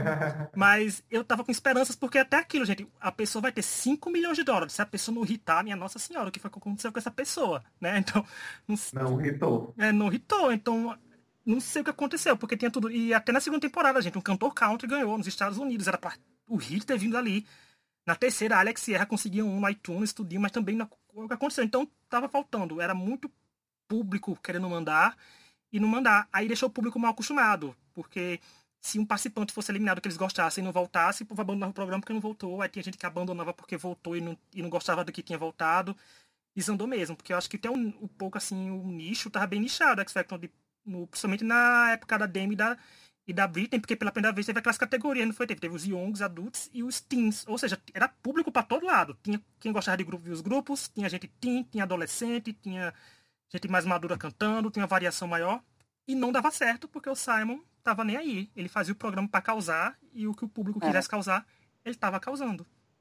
Mas eu tava com esperanças, porque até aquilo, gente, a pessoa vai ter 5 milhões de dólares. Se a pessoa não irritar, minha Nossa Senhora, o que foi que aconteceu com essa pessoa, né? Então, não irritou. Não irritou, então não sei o que aconteceu, porque tinha tudo. E até na segunda temporada, gente, um cantor country ganhou nos Estados Unidos, era pra o hit ter vindo ali. Na terceira, a Alex Sierra conseguia um no iTunes, tudinho, mas também o que aconteceu. Então, tava faltando. Era muito público querendo mandar e não mandar. Aí deixou o público mal acostumado, porque se um participante fosse eliminado que eles gostassem e não voltasse, o povo abandonava o programa porque não voltou. Aí tinha gente que abandonava porque voltou e não gostava do que tinha voltado. Desandou mesmo, porque eu acho que tem um pouco assim, o nicho tava bem nichado, X Factor, principalmente na época da Demi e da Britney, porque pela primeira vez teve aquelas categorias, não foi? Teve os youngs, adultos e os teens. Ou seja, era público para todo lado. Tinha quem gostava de grupo e os grupos, tinha gente teen, tinha adolescente, tinha gente mais madura cantando, tinha uma variação maior. E não dava certo, porque o Simon tava nem aí. Ele fazia o programa para causar, e o que o público quisesse causar, ele tava causando.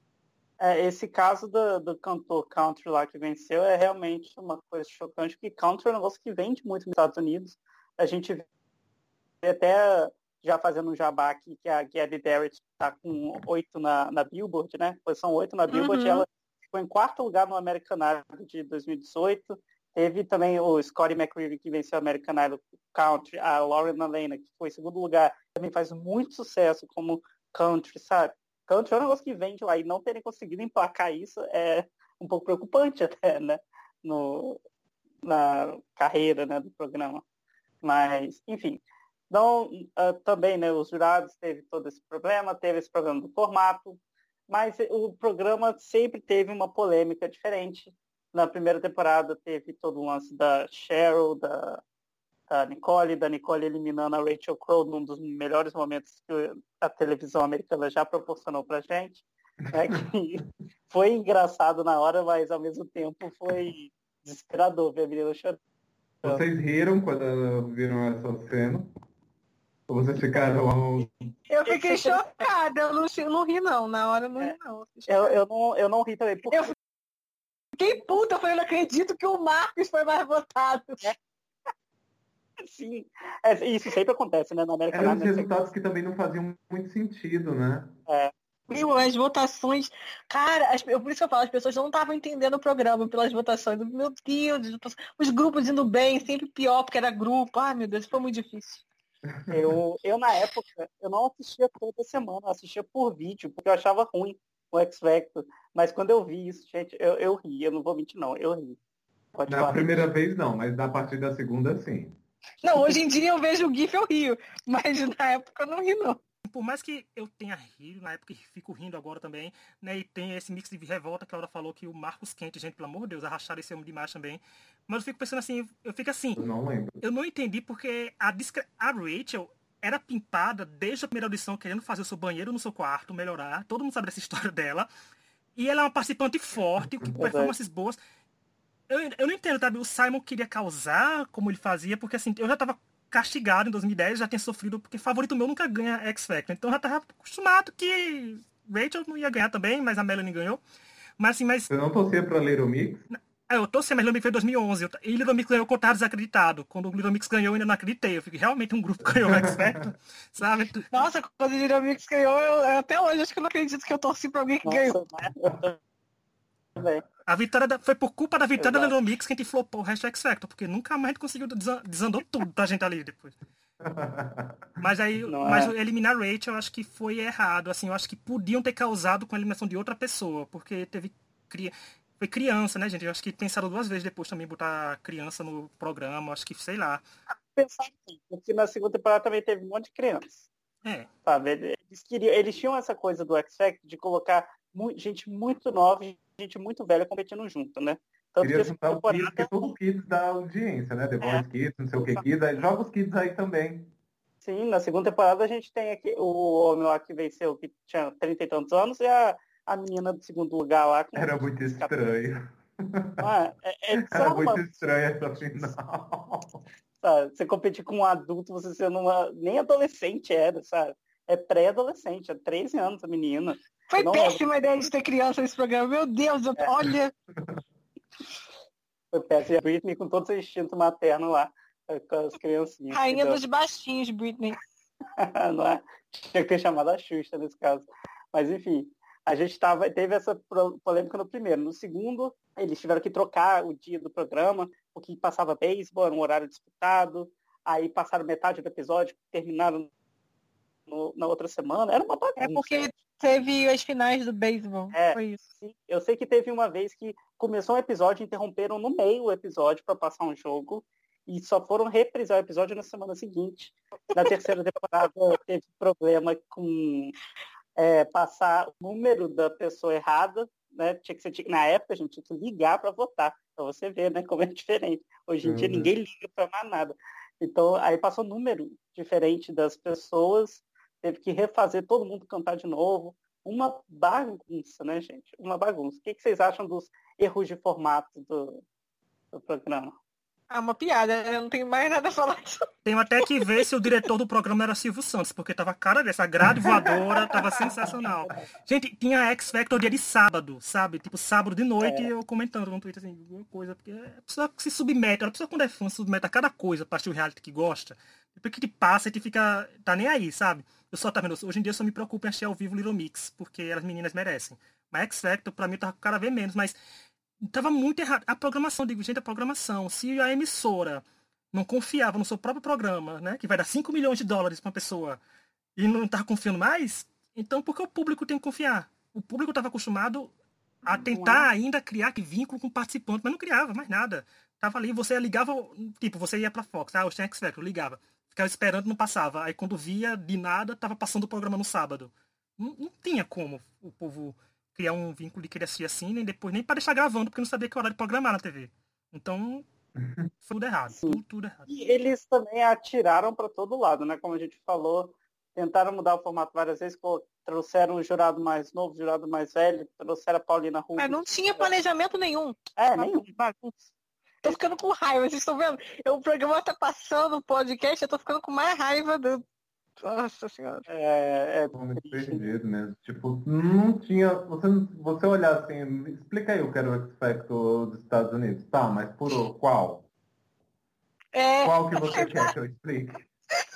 Esse caso do cantor country lá que venceu é realmente uma coisa chocante, porque country é um negócio que vende muito nos Estados Unidos. A gente vê até, já fazendo um jabá aqui, que a Gabby Barrett está com 8 na Billboard, né? Posição 8 na Billboard, e ela ficou em 4º lugar no American Idol de 2018. Teve também o Scotty McCreevy, que venceu o American Idol Country, a Lauren Alaina, que foi em 2º lugar. Também faz muito sucesso como country, sabe? Country é um negócio que vende lá, e não terem conseguido emplacar isso é um pouco preocupante até, né? Na carreira, né, do programa. Mas, enfim. Então, também, né, os jurados teve todo esse problema do formato, mas o programa sempre teve uma polêmica diferente. Na primeira temporada teve todo o lance da Cheryl, da Nicole eliminando a Rachel Crow num dos melhores momentos que a televisão americana já proporcionou pra gente. Né, que foi engraçado na hora, mas ao mesmo tempo foi desesperador ver a menina chorando. Vocês riram quando viram essa cena? Ou vocês ficaram... Eu fiquei chocada, eu não ri não, na hora eu não ri não. Eu não ri também. Porque... Eu fiquei puta, eu falei, não acredito que o Marcos foi mais votado. Sim, isso sempre acontece, né, na América Latina. Eram resultados que também não faziam muito sentido, né? As votações, cara, por isso que eu falo, as pessoas não estavam entendendo o programa pelas votações. Meu Deus, os grupos indo bem, sempre pior, porque era grupo. Ai, meu Deus, foi muito difícil. Eu na época, eu não assistia toda semana, eu assistia por vídeo, porque eu achava ruim o X Factor. Mas quando eu vi isso, gente, eu ri, eu não vou mentir não, eu ri. Na primeira vez não, mas a partir da segunda sim. Não, hoje em dia eu vejo o GIF, eu rio, mas na época eu não ri não. Por mais que eu tenha rido na época e fico rindo agora também, né? E tem esse mix de revolta que a Laura falou que o Marcos Quente, gente, pelo amor de Deus, arrastaram esse homem demais também. Mas eu fico pensando assim, Eu não lembro. eu não entendi porque a Rachel era pimpada desde a primeira audição querendo fazer o seu banheiro no seu quarto, melhorar. Todo mundo sabe dessa história dela. E ela é uma participante forte, com performances boas. Eu não entendo, sabe? O Simon queria causar como ele fazia, porque assim, eu já tava castigado em 2010, já tinha sofrido, porque favorito meu nunca ganha X Factor. Então eu já tava acostumado que Rachel não ia ganhar também, mas a Melanie ganhou. Mas assim, Você não torcia pra Little Mix? eu tô sem, mas Little Mix foi em 2011. E Little Mix ganhou, eu tava desacreditado. Quando o Little Mix ganhou, eu ainda não acreditei. Eu fiquei, realmente um grupo ganhou o X Factor, sabe? Nossa, quando o Little Mix ganhou, eu até hoje acho que eu não acredito que eu torci pra alguém que ganhou. A vitória foi por culpa da vitória da Little Mix que a gente flopou o resto do X Factor, porque nunca mais a gente conseguiu, desandou tudo pra gente ali depois. Mas aí, eliminar Rachel eu acho que foi errado, assim, eu acho que podiam ter causado com a eliminação de outra pessoa, porque foi criança, né, gente? Eu acho que pensaram 2 vezes depois também botar criança no programa, acho que, sei lá. Pensar assim, porque na segunda temporada também teve um monte de criança. Sabe? Eles tinham essa coisa do X Factor de colocar gente muito nova e gente muito velha competindo junto, né? Tanto Queria que juntar os kids, que são os kids da audiência, né? The Voice Kids, não sei o que Kids, aí joga os kids aí também. Sim, na segunda temporada a gente tem aqui o homem lá que venceu, que tinha 30 e tantos anos, e a menina do segundo lugar lá. Era muito estranho. Era muito estranho essa final. Sabe? Você competir com um adulto, você sendo nem adolescente era, sabe? É pré-adolescente, é 13 anos a menina. Foi péssima ideia de ter criança nesse programa, meu Deus, olha... Foi péssima. A Britney com todo o seu instinto materno lá, com as criancinhas. Rainha dos baixinhos, Britney. Não é? Tinha que ter chamado a Xuxa nesse caso. Mas enfim, a gente teve essa polêmica no primeiro. No segundo, eles tiveram que trocar o dia do programa, porque passava beisebol, era um horário disputado, aí passaram metade do episódio, terminaram na outra semana. Era uma bagunça. É porque teve as finais do beisebol. Foi isso. Sim. Eu sei que teve uma vez que começou um episódio, interromperam no meio o episódio para passar um jogo e só foram reprisar o episódio na semana seguinte. Na terceira temporada teve problema com passar o número da pessoa errada, né? Na época a gente tinha que ligar para votar, para você ver, né, como é diferente. Hoje em dia ninguém liga para mais nada. Então aí passou um número diferente das pessoas, teve que refazer todo mundo cantar de novo. Uma bagunça, né, gente? Uma bagunça. O que vocês acham dos erros de formato do programa? Uma piada. Eu não tenho mais nada a falar disso. Tenho até que ver se o diretor do programa era Silvio Santos, porque tava a cara dessa grade voadora, tava sensacional. Gente, tinha X Factor dia de sábado, sabe? Tipo, sábado de noite, eu comentando no Twitter, assim, alguma coisa, porque a pessoa se submete, a pessoa quando é fã se submete a cada coisa pra assistir o reality que gosta, depois que te passa e te fica, tá nem aí, sabe? Eu só, tá vendo, hoje em dia eu só me preocupo em assistir ao vivo Little Mix, porque as meninas merecem. Mas X Factor, pra mim, tava com cada vez menos, mas tava muito errado. A programação, digo, gente, a programação. Se a emissora não confiava no seu próprio programa, né, que vai dar 5 milhões de dólares pra uma pessoa, e não tava confiando mais, então por que o público tem que confiar? O público tava acostumado a tentar ainda criar que vínculo com o participante, mas não criava mais nada. Tava ali, você ligava, tipo, você ia pra Fox, eu tinha X Factor, ligava. Ficava esperando, não passava. Aí quando via, de nada, tava passando o programa no sábado. Não tinha como o povo criar um vínculo de querer assistir assim, nem depois, nem para deixar gravando, porque não sabia que hora de programar na TV. Então, foi tudo errado. Tudo errado. E eles também atiraram para todo lado, né? Como a gente falou, tentaram mudar o formato várias vezes, trouxeram o jurado mais novo, o jurado mais velho, trouxeram a Paulina Rubio. Mas não tinha planejamento nenhum. Nenhum. Tô ficando com raiva, vocês estão vendo? O programa tá passando o podcast, eu tô ficando com mais raiva do... Nossa senhora. Tô muito perdido mesmo. Tipo, não tinha. Você olhar assim, explica aí o que era o X Factor dos Estados Unidos. Tá, mas por qual? Qual que você quer que eu explique?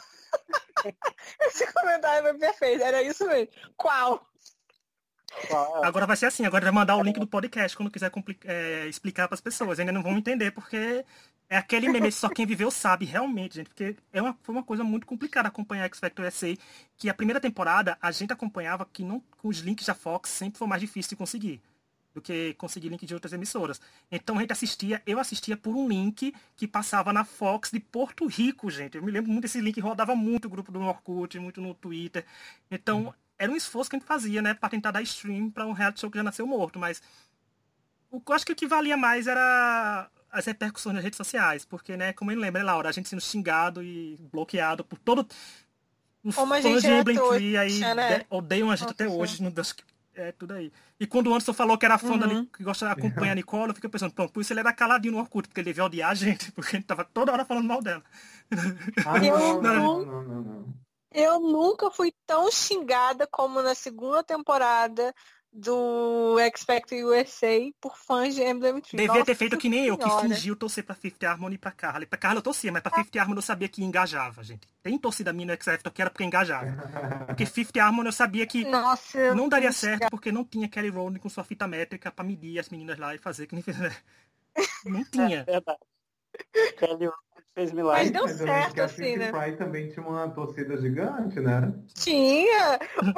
Esse comentário foi perfeito, era isso mesmo. Qual? Agora vai ser assim, agora vai mandar o link do podcast quando quiser explicar para as pessoas. Ainda não vão entender, porque é aquele meme, só quem viveu sabe, realmente, gente. Porque foi uma coisa muito complicada acompanhar X Factor USA, que a primeira temporada a gente acompanhava que não, com os links da Fox sempre foi mais difícil de conseguir. do que conseguir link de outras emissoras. Então eu assistia por um link que passava na Fox de Porto Rico, gente. Eu me lembro muito desse link, rodava muito o grupo do Orkut, muito no Twitter. Então, era um esforço que a gente fazia, né, para tentar dar stream para um reality show que já nasceu morto, mas eu acho que o que valia mais era as repercussões nas redes sociais, porque, né, como ele lembra, né, Laura, a gente sendo xingado e bloqueado por todo os Como a fãs gente de era Emblem Tree aí trouxa, né? odeiam a gente Nossa, até hoje, no Deus, é tudo aí. E quando o Anderson falou que era fã que gosta de acompanhar a Nicole, eu fiquei pensando, pronto, por isso ele era caladinho no Orkut, porque ele devia odiar a gente, porque a gente tava toda hora falando mal dela. Não. Eu nunca fui tão xingada como na segunda temporada do X Factor USA por fãs de Emblem Tree. Devia ter feito que nem eu, que Senhora. fingiu torcer pra Fifth Harmony e pra Carly. Pra Carly eu torcia, mas pra Fifth Harmony eu sabia que engajava, gente. Tem torcida minha no X Factor que era porque engajava. Porque Fifth Harmony eu sabia que Nossa, eu não daria fui certo porque não tinha Kelly Rowland com sua fita métrica pra medir as meninas lá e fazer que nem fez. Não tinha. É verdade. Kelly Rowland fez Mas milagre. deu Mas eu lembro certo, que a assim, Pink né? Pride também tinha uma torcida gigante, né? Tinha.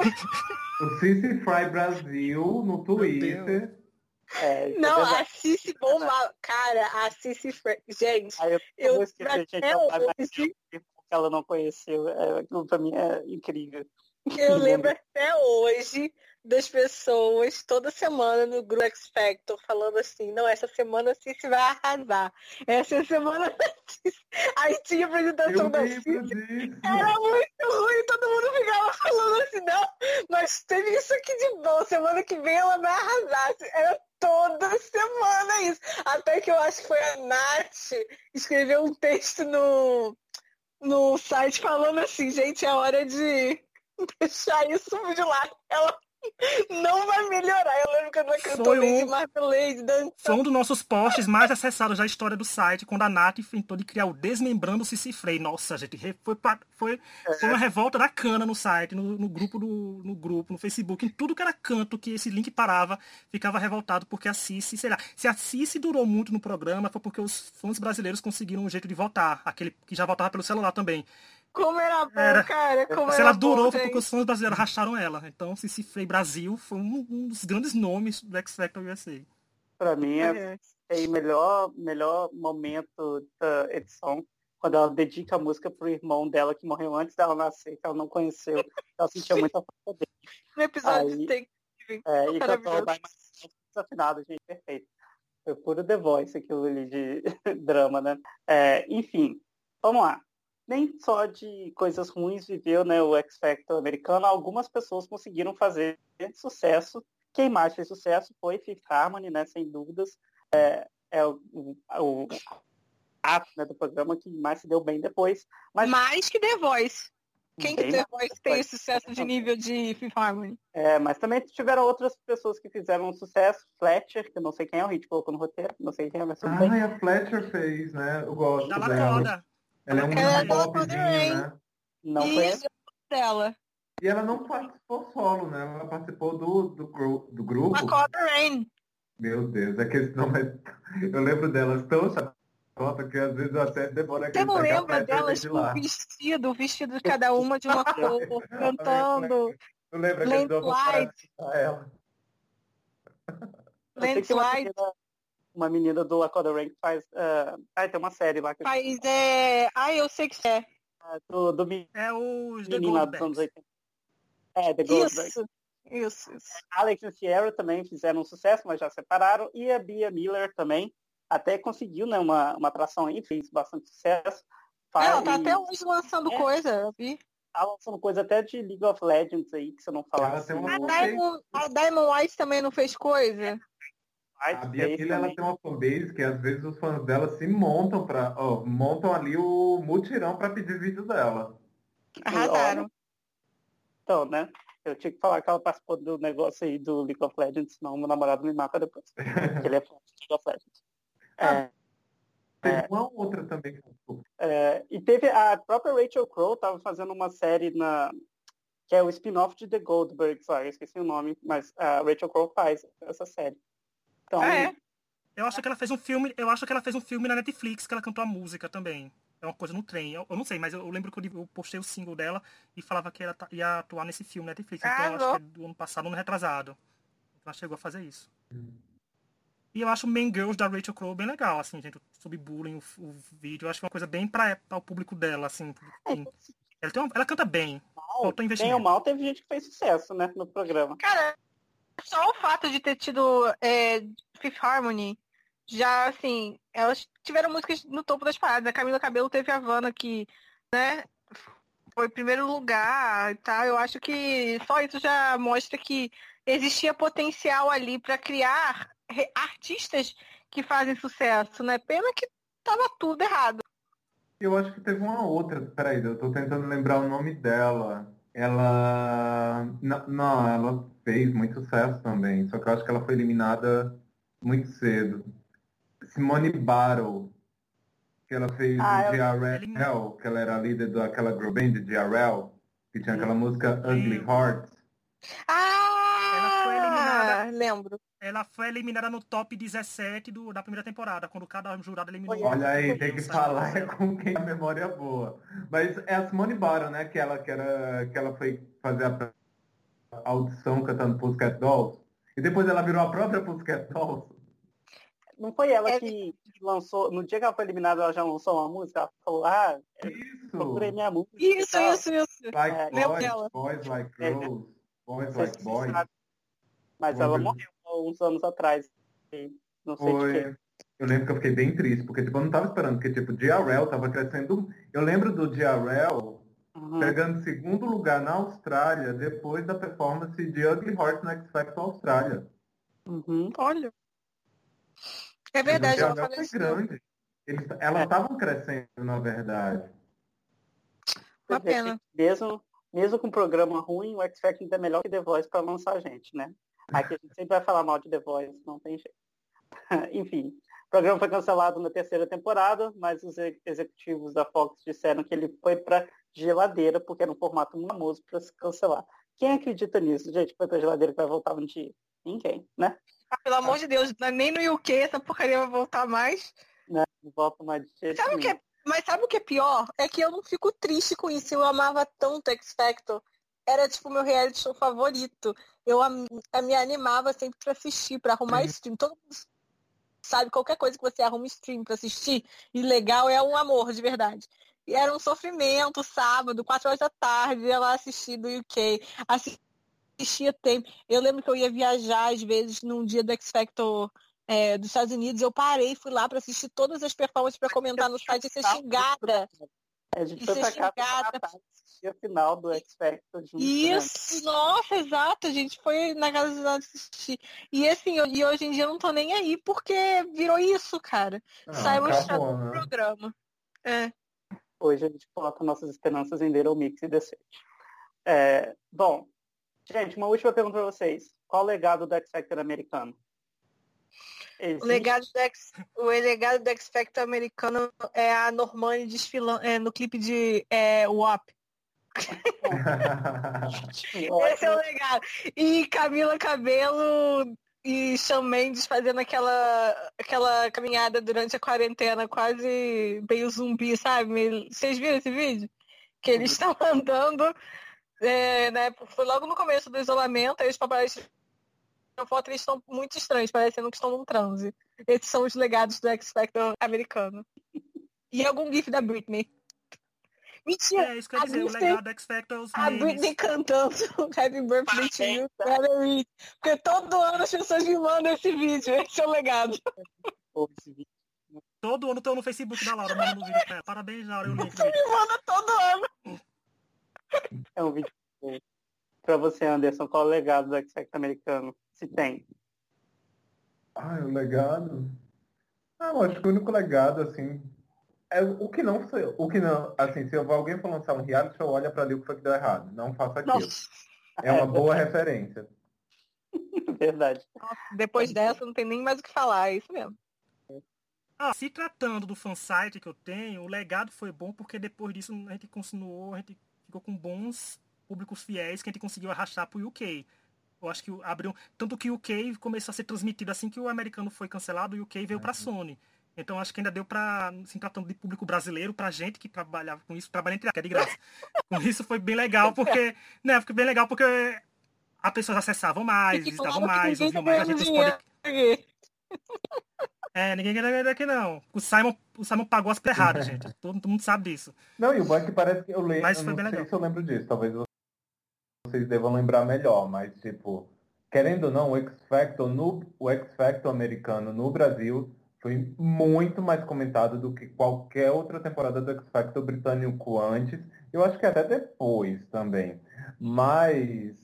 O Cici Fry Brasil no Twitter. Isso Não, é verdade. a Cici bomba. Cara, a Cici... Gente, Aí eu vou esquecer, gente, até então, vai hoje... que ela não conheceu. Aquilo pra mim é incrível. Eu lembro até hoje das pessoas toda semana no grupo X Factor falando assim, não, essa semana a Cici vai arrasar. Essa semana a Cici... Aí tinha a apresentação Eu da lembro Cici. disso. Era muito ruim, todo mundo ficava falando assim, não, mas teve isso aqui de bom, semana que vem ela vai arrasar. Era toda semana isso. Até que eu acho que foi a Nath escreveu um texto no site falando assim, gente, é hora de deixar isso de lado. Ela não vai melhorar. Eu lembro que eu não cantou Lady Marmalade dançando. Foi um dos nossos posts mais acessados da história do site, quando a Nath inventou de criar o Desmembrando Cici Frey. Nossa, gente, foi uma revolta da cana no site, no grupo, no Facebook, em tudo que era canto que esse link parava, ficava revoltado porque a Cici, sei lá, se a Cici durou muito no programa, foi porque os fãs brasileiros conseguiram um jeito de votar, aquele que já votava pelo celular também. Como era bom, cara. Se ela durou, foi porque os fãs brasileiros racharam ela. Então, Cici Frey Brasil foi um dos grandes nomes do X Factor USA. Pra mim, é o melhor momento da edição, quando ela dedica a música pro irmão dela, que morreu antes dela nascer, que ela não conheceu. Ela sentia muita falta dele. No episódio de e cantou mais desafinado, gente, perfeito. Foi puro The Voice, aquilo ali de drama, né? Enfim, vamos lá. Nem só de coisas ruins viveu, né, o X Factor americano, algumas pessoas conseguiram fazer sucesso. Quem mais fez sucesso foi Fifth Harmony, né, sem dúvidas. O ato, né, do programa que mais se deu bem depois. Mais que The Voice. Quem que The Voice tem sucesso de nível de Fifth Harmony? Mas também tiveram outras pessoas que fizeram sucesso. Fletcher, que eu não sei quem é, o Hit colocou no roteiro, não sei quem é, mas tudo bem. A Fletcher fez, né? Eu gosto da dela. Lacoda. Ela é um popzinho, né? Não foi dela. E ela não participou solo, né? Ela participou do grupo. Lacoda Rain. Meu Deus, é que esse nome é... Eu lembro delas tão chata que às vezes eu até demoro Você não lembra delas com o vestido de cada uma de uma cor, cantando Eu lembro que ela. Landslide. Uma menina do Lacoda Rain que faz... tem uma série lá. Que faz, eu sei que é. Do os The menino lá dos anos 80. The Goldberg. Isso. Alex e Sierra também fizeram sucesso, mas já separaram. E a Bia Miller também até conseguiu, né, uma atração aí, fez bastante sucesso. Ela tá até hoje lançando coisa, eu vi. Tá lançando coisa até de League of Legends aí, que você não falava. Assim. A Diamond White também não fez coisa? A Bia Miller, ela tem uma fanbase que às vezes os fãs dela se montam montam ali o mutirão para pedir vídeo dela. Arrasaram. Então, né? Eu tinha que falar que ela participou do negócio aí do League of Legends, senão meu namorado me mata depois. Porque ele é fã de League of Legends. Teve uma outra também. E teve a própria Rachel Crow, tava fazendo uma série que é o spin-off de The Goldbergs, eu esqueci o nome, mas a Rachel Crow faz essa série. Então, eu acho que ela fez um filme na Netflix que ela cantou a música também. É uma coisa no trem. Eu não sei, mas eu lembro que eu postei o single dela e falava que ela ia atuar nesse filme na Netflix. Então eu acho que é do ano passado, ano retrasado. Ela chegou a fazer isso. E eu acho o Mean Girls da Rachel Crow bem legal, assim, gente, sobre bullying, o vídeo. Eu acho que é uma coisa bem pra o público dela, assim. Ela canta bem. Faltou Bem investimento. ou mal, teve gente que fez sucesso, né, no programa. Cara, só o fato de ter tido Fifth Harmony, já, assim, elas tiveram músicas no topo das paradas. A Camila Cabello teve a Havana, que, né, foi primeiro lugar e tal. Eu acho que só isso já mostra que existia potencial ali para criar artistas que fazem sucesso, né? Pena que tava tudo errado. Eu acho que teve uma outra, peraí, eu tô tentando lembrar o nome dela. Ela. Não, ela fez muito sucesso também, só que eu acho que ela foi eliminada muito cedo. Simone Battle, que ela fez o GRL, que ela era líder daquela girl band de GRL, que tinha aquela música Ugly Heart. Ela foi eliminada. Lembro. Ela foi eliminada no top 17 da primeira temporada, quando cada jurado eliminou. Olha aí, tem que falar com quem a memória é boa. Mas é a Simone Battle, né? Que ela foi fazer a audição cantando Pussycat Dolls. E depois ela virou a própria Pussycat Dolls. Não foi ela que lançou, no dia que ela foi eliminada, ela já lançou uma música? Ela falou, procurei minha música. Isso. Like boys like girls, boys like boys. Mas ela morreu uns anos atrás. Não sei de quê. Eu lembro que eu fiquei bem triste, porque tipo, eu não tava esperando, porque tipo, GRL tava crescendo. Eu lembro do GRL pegando segundo lugar na Austrália depois da performance de Ugly Heart no X Factor Austrália. Olha. É verdade, ela foi grande. Elas estavam crescendo, na verdade. Uma pena. Mesmo com um programa ruim, o X Factor ainda é melhor que The Voice para lançar gente, né? Aqui a gente sempre vai falar mal de The Voice, não tem jeito. Enfim, o programa foi cancelado na terceira temporada, mas os executivos da Fox disseram que ele foi para geladeira, porque era um formato muito famoso para se cancelar. Quem acredita nisso, gente, que foi para geladeira que vai voltar um dia? Ninguém, né? Pelo amor de Deus, nem no UK essa porcaria vai voltar mais. Não volta mais de jeito nenhum. Mas sabe o que é pior? É que eu não fico triste com isso. Eu amava tanto X Factor. Era tipo meu reality show favorito. Eu me animava sempre pra assistir, pra arrumar stream. Todo mundo sabe, qualquer coisa que você arruma stream pra assistir, e legal, é um amor, de verdade. E era um sofrimento, sábado, 4 horas da tarde, ia lá assistir do UK. Assistia tempo. Eu lembro que eu ia viajar, às vezes, num dia do X Factor dos Estados Unidos. Eu parei, fui lá pra assistir todas as performances pra comentar no site e ser xingada. A gente foi pra casa pra assistir a final do X Factor junto. Isso, nossa, exato, a gente foi na casa dos assistir. E assim, hoje em dia eu não tô nem aí, porque virou isso, cara. Saiu o programa. Hoje a gente coloca nossas esperanças em Little Mix e The Search. Bom, gente, uma última pergunta pra vocês. Qual o legado do X Factor americano? O legado do X Factor americano é a Normani desfilando no clipe de WAP. Esse é o legado. E Camila Cabello e Shawn Mendes fazendo aquela caminhada durante a quarentena, quase meio zumbi, sabe? Vocês viram esse vídeo? Que eles estão andando, né? Foi logo no começo do isolamento, aí os paparazzi na foto eles estão muito estranhos, parecendo que estão num transe. Esses são os legados do X Factor americano. E algum gif da Britney. Mentira! Isso quer dizer, o legado do X Factor a Britney cantando Happy Birthday to You, Valerie. Porque todo ano as pessoas me mandam esse vídeo. Esse é o legado. Todo ano tô no Facebook da Laura mandando vídeo pra ela. Parabéns, Laura. Você me manda todo ano. É um vídeo pra você, Anderson. Qual é o legado do X Factor americano? Se tem. O legado? Eu acho que o único legado, assim, é o que não, assim, se alguém for lançar um reality show, olha pra ali o que foi que deu errado. Não faça aquilo. Nossa. É uma boa referência. Verdade. Depois dessa, não tem nem mais o que falar, é isso mesmo. Se tratando do fansite que eu tenho, o legado foi bom porque depois disso a gente ficou com bons públicos fiéis que a gente conseguiu arrastar pro UK. Eu acho que abriu. Tanto que o UK começou a ser transmitido assim que o americano foi cancelado, o UK veio pra Sony. Então acho que ainda deu pra, assim, tratando de público brasileiro, pra gente que trabalhava com isso, trabalha entre que é de graça. Com isso foi bem legal, porque. Né, foi bem legal porque as pessoas acessavam mais, E que visitavam claro que mais, ninguém tá ouviam mais a ganhando gente nos dinheiro podcasts. aqui. Ninguém quer ganhar daqui não. O Simon pagou as coisas erradas, gente. Todo mundo sabe disso. Não, e o bom é que parece que eu Mas lembro, foi não bem sei legal. se eu lembro disso, talvez vocês devam lembrar melhor, mas tipo, querendo ou não, o X Factor americano no Brasil foi muito mais comentado do que qualquer outra temporada do X Factor britânico antes. Eu acho que até depois também. Mas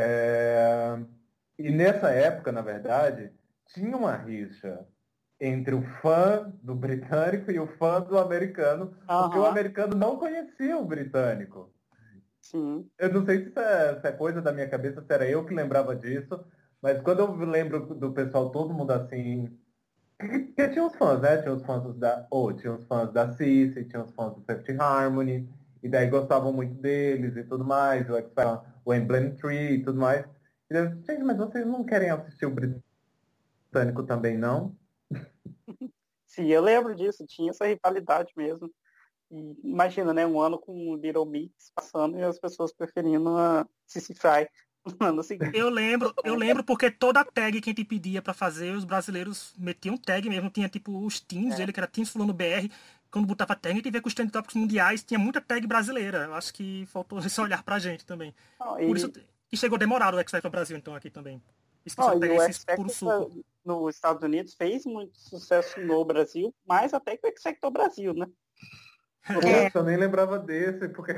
e nessa época, na verdade, tinha uma rixa entre o fã do britânico e o fã do americano, porque o Aham, americano não conhecia o britânico. sim. Eu não sei se é coisa da minha cabeça, se era eu que lembrava disso, mas quando eu lembro do pessoal, todo mundo assim. Porque tinha os fãs, né? Tinha os fãs da Cissy, tinha os fãs do Fifth Harmony, e daí gostavam muito deles e tudo mais, o Emblem Tree e tudo mais. E eu, gente, mas vocês não querem assistir o britânico também, não? Sim, eu lembro disso, tinha essa rivalidade mesmo. E imagina, né, um ano com o Little Mix passando e as pessoas preferindo a Sissy Fry no ano seguinte. Eu lembro porque toda tag que a gente pedia pra fazer, os brasileiros metiam tag mesmo. Tinha tipo os teams dele, que era Teams Fulano BR. Quando botava tag, a gente via que os Trend Topics mundiais tinha muita tag brasileira. Eu acho que faltou esse olhar pra gente também. Ó, Por isso e, que chegou demorado o X Factor Brasil, então, aqui também. Isso que ó, você e pega o esses X puro Factor suco. nos Estados Unidos fez muito sucesso no Brasil, mais até que o X Factor Brasil, né? Poxa, eu nem lembrava desse, porque.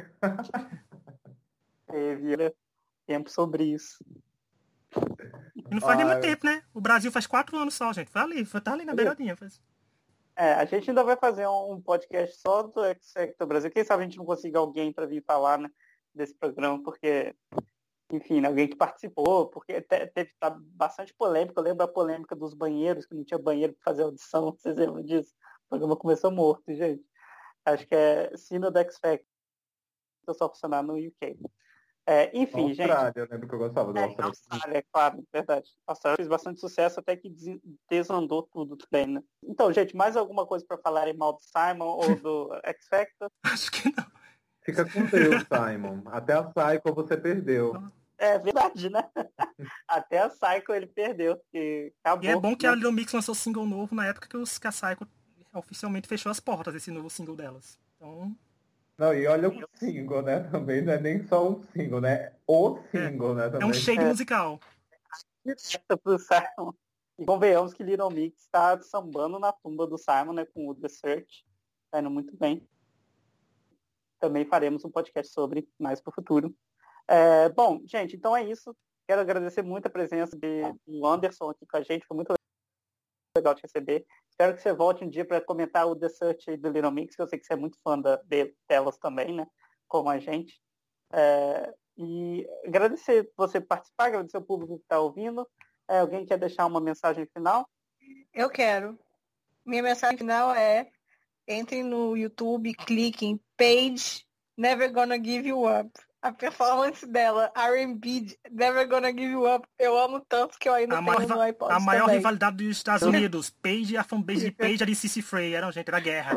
Teve tempo sobre isso. E não faz nem muito Ah, tempo, né? O Brasil faz 4 anos só, gente. Tá ali na beiradinha. A gente ainda vai fazer um podcast só do X Factor Brasil. Quem sabe a gente não consiga alguém para vir falar, né, desse programa, porque, enfim, né, alguém que participou, porque teve bastante polêmica. Eu lembro da polêmica dos banheiros, que não tinha banheiro para fazer audição. Vocês lembram disso? O programa começou morto, gente. Acho que é sino do X Factor só funcionar no UK. Enfim, gente. Austrália, eu lembro que eu gostava do Austrália. Austrália, é claro, verdade. A Austrália fez bastante sucesso até que desandou tudo também, né? Então, gente, mais alguma coisa para falarem mal do Simon ou do X Factor? Acho que não. Fica com Deus, Simon. Até a Psycho você perdeu. É verdade, né? Até a Psycho ele perdeu, porque acabou. E é bom que né? a Little Mix lançou single novo na época que a Psycho oficialmente fechou as portas desse novo single delas. Então, Não, e olha o single, né? Também não é nem só um single, né? O single, né? é um Também. shade musical. Pro Simon. E convenhamos que Little Mix está sambando na tumba do Simon, né? Com o The Search. Tá indo muito bem. Também faremos um podcast sobre mais para o futuro. Bom, gente, então é isso. Quero agradecer muito a presença do Anderson aqui com a gente. Foi muito legal te receber. Espero que você volte um dia para comentar o The Search e do Little Mix, que eu sei que você é muito fã delas também, né? Como a gente. E agradecer você participar, agradecer o público que está ouvindo. Alguém quer deixar uma mensagem final? Eu quero. Minha mensagem final é: entrem no YouTube, cliquem Paige, Never Gonna Give You Up. A performance dela, R&B, Never Gonna Give You Up, eu amo tanto que eu ainda tenho no iPod A maior também. rivalidade dos Estados Unidos. Paige e a fanbase de Paige, a de Cissy Frey. Era guerra.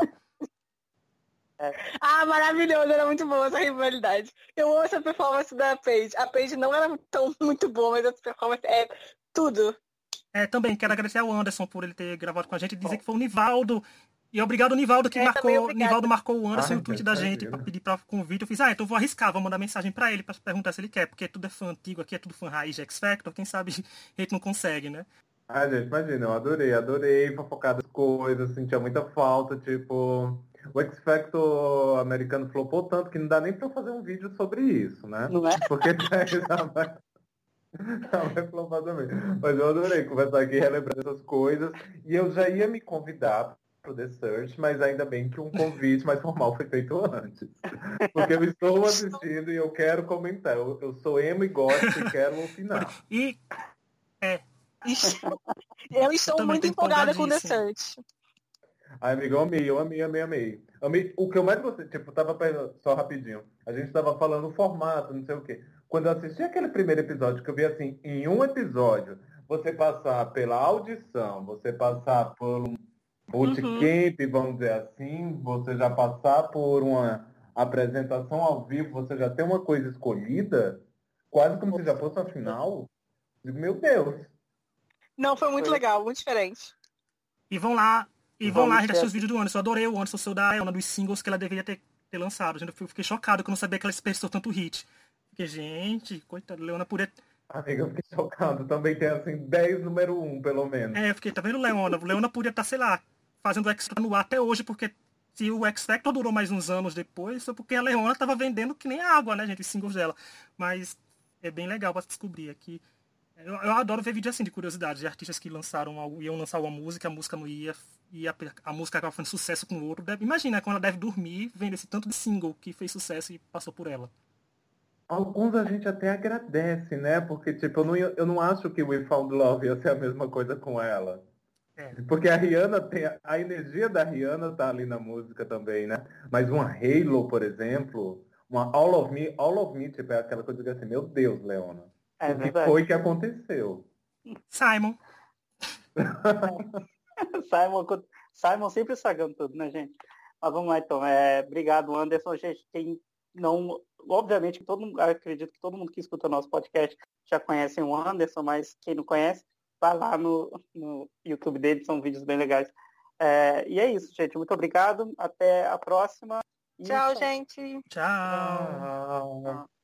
Maravilhoso, era muito boa essa rivalidade. Eu amo essa performance da Paige. A Paige não era muito boa, mas essa performance é tudo. Também quero agradecer ao Anderson por ele ter gravado com a gente e dizer que foi o Nivaldo. E obrigado, Nivaldo, que Nivaldo marcou o Anderson no tweet da gente pra pedir pra convite. Eu fiz, então vou arriscar, vou mandar mensagem pra ele pra perguntar se ele quer, porque tudo é fã antigo aqui, é tudo fã raiz de X Factor, quem sabe a gente não consegue, né? Gente, imagina, eu adorei fofocar das coisas, sentia muita falta, tipo... O X Factor americano flopou tanto que não dá nem pra eu fazer um vídeo sobre isso, né? Não é? Porque vai flopar também. Mas eu adorei conversar aqui, relembrar essas coisas. E eu já ia me convidar pro The Search, mas ainda bem que um convite mais formal foi feito antes. Porque eu estou assistindo e eu quero comentar. Eu sou emo e gosto e quero opinar. Eu estou muito empolgada com The Search. Ai, amigo, eu amei. Amei. O que eu mais gostei, tipo, só rapidinho. A gente tava falando o formato, não sei o quê. Quando eu assisti aquele primeiro episódio, que eu vi assim, em um episódio, você passar pela audição, você passar por um bootcamp, vamos dizer assim, você já passar por uma apresentação ao vivo, você já tem uma coisa escolhida, quase como se já fosse a final. Digo, meu Deus. Não, foi muito legal, muito diferente. E vão lá, a gente assistiu ter- os vídeos do Anderson. Eu adorei o Anderson, o seu da Leona, dos singles que ela deveria ter lançado. Gente, eu fiquei chocado que eu não sabia que ela desperdiçou tanto hit. Fiquei, gente, coitada, Leona podia. Amiga, eu fiquei chocado. Também tem, assim, 10 número 1, pelo menos. Eu fiquei, tá vendo, Leona? Leona podia estar, sei lá, fazendo o X Factor no ar até hoje, porque se o X Factor durou mais uns anos depois, foi porque a Leona tava vendendo que nem água, né, gente, os singles dela. Mas é bem legal pra descobrir aqui. Eu adoro ver vídeo assim de curiosidade, de artistas que lançaram algo, iam lançar uma música, a música não ia, e a música acaba fazendo sucesso com o outro. Imagina como ela deve dormir vendo esse tanto de single que fez sucesso e passou por ela. Alguns a gente até agradece, né? Porque, tipo, eu não acho que We Found Love ia ser a mesma coisa com ela. É. Porque a Rihanna tem... A energia da Rihanna tá ali na música também, né? Mas uma Halo, por exemplo, uma All of Me, tipo, é aquela coisa que assim, meu Deus, Leona. É O que verdade. foi que aconteceu? Simon. Simon sempre estragando tudo, né, gente? Mas vamos lá, então. Obrigado, Anderson. Gente, quem não... Obviamente, acredito que todo mundo que escuta o nosso podcast já conhece o Anderson, mas quem não conhece, vai lá no YouTube dele, são vídeos bem legais. E é isso, gente. Muito obrigado. Até a próxima. Tchau, gente. Tchau. Ah.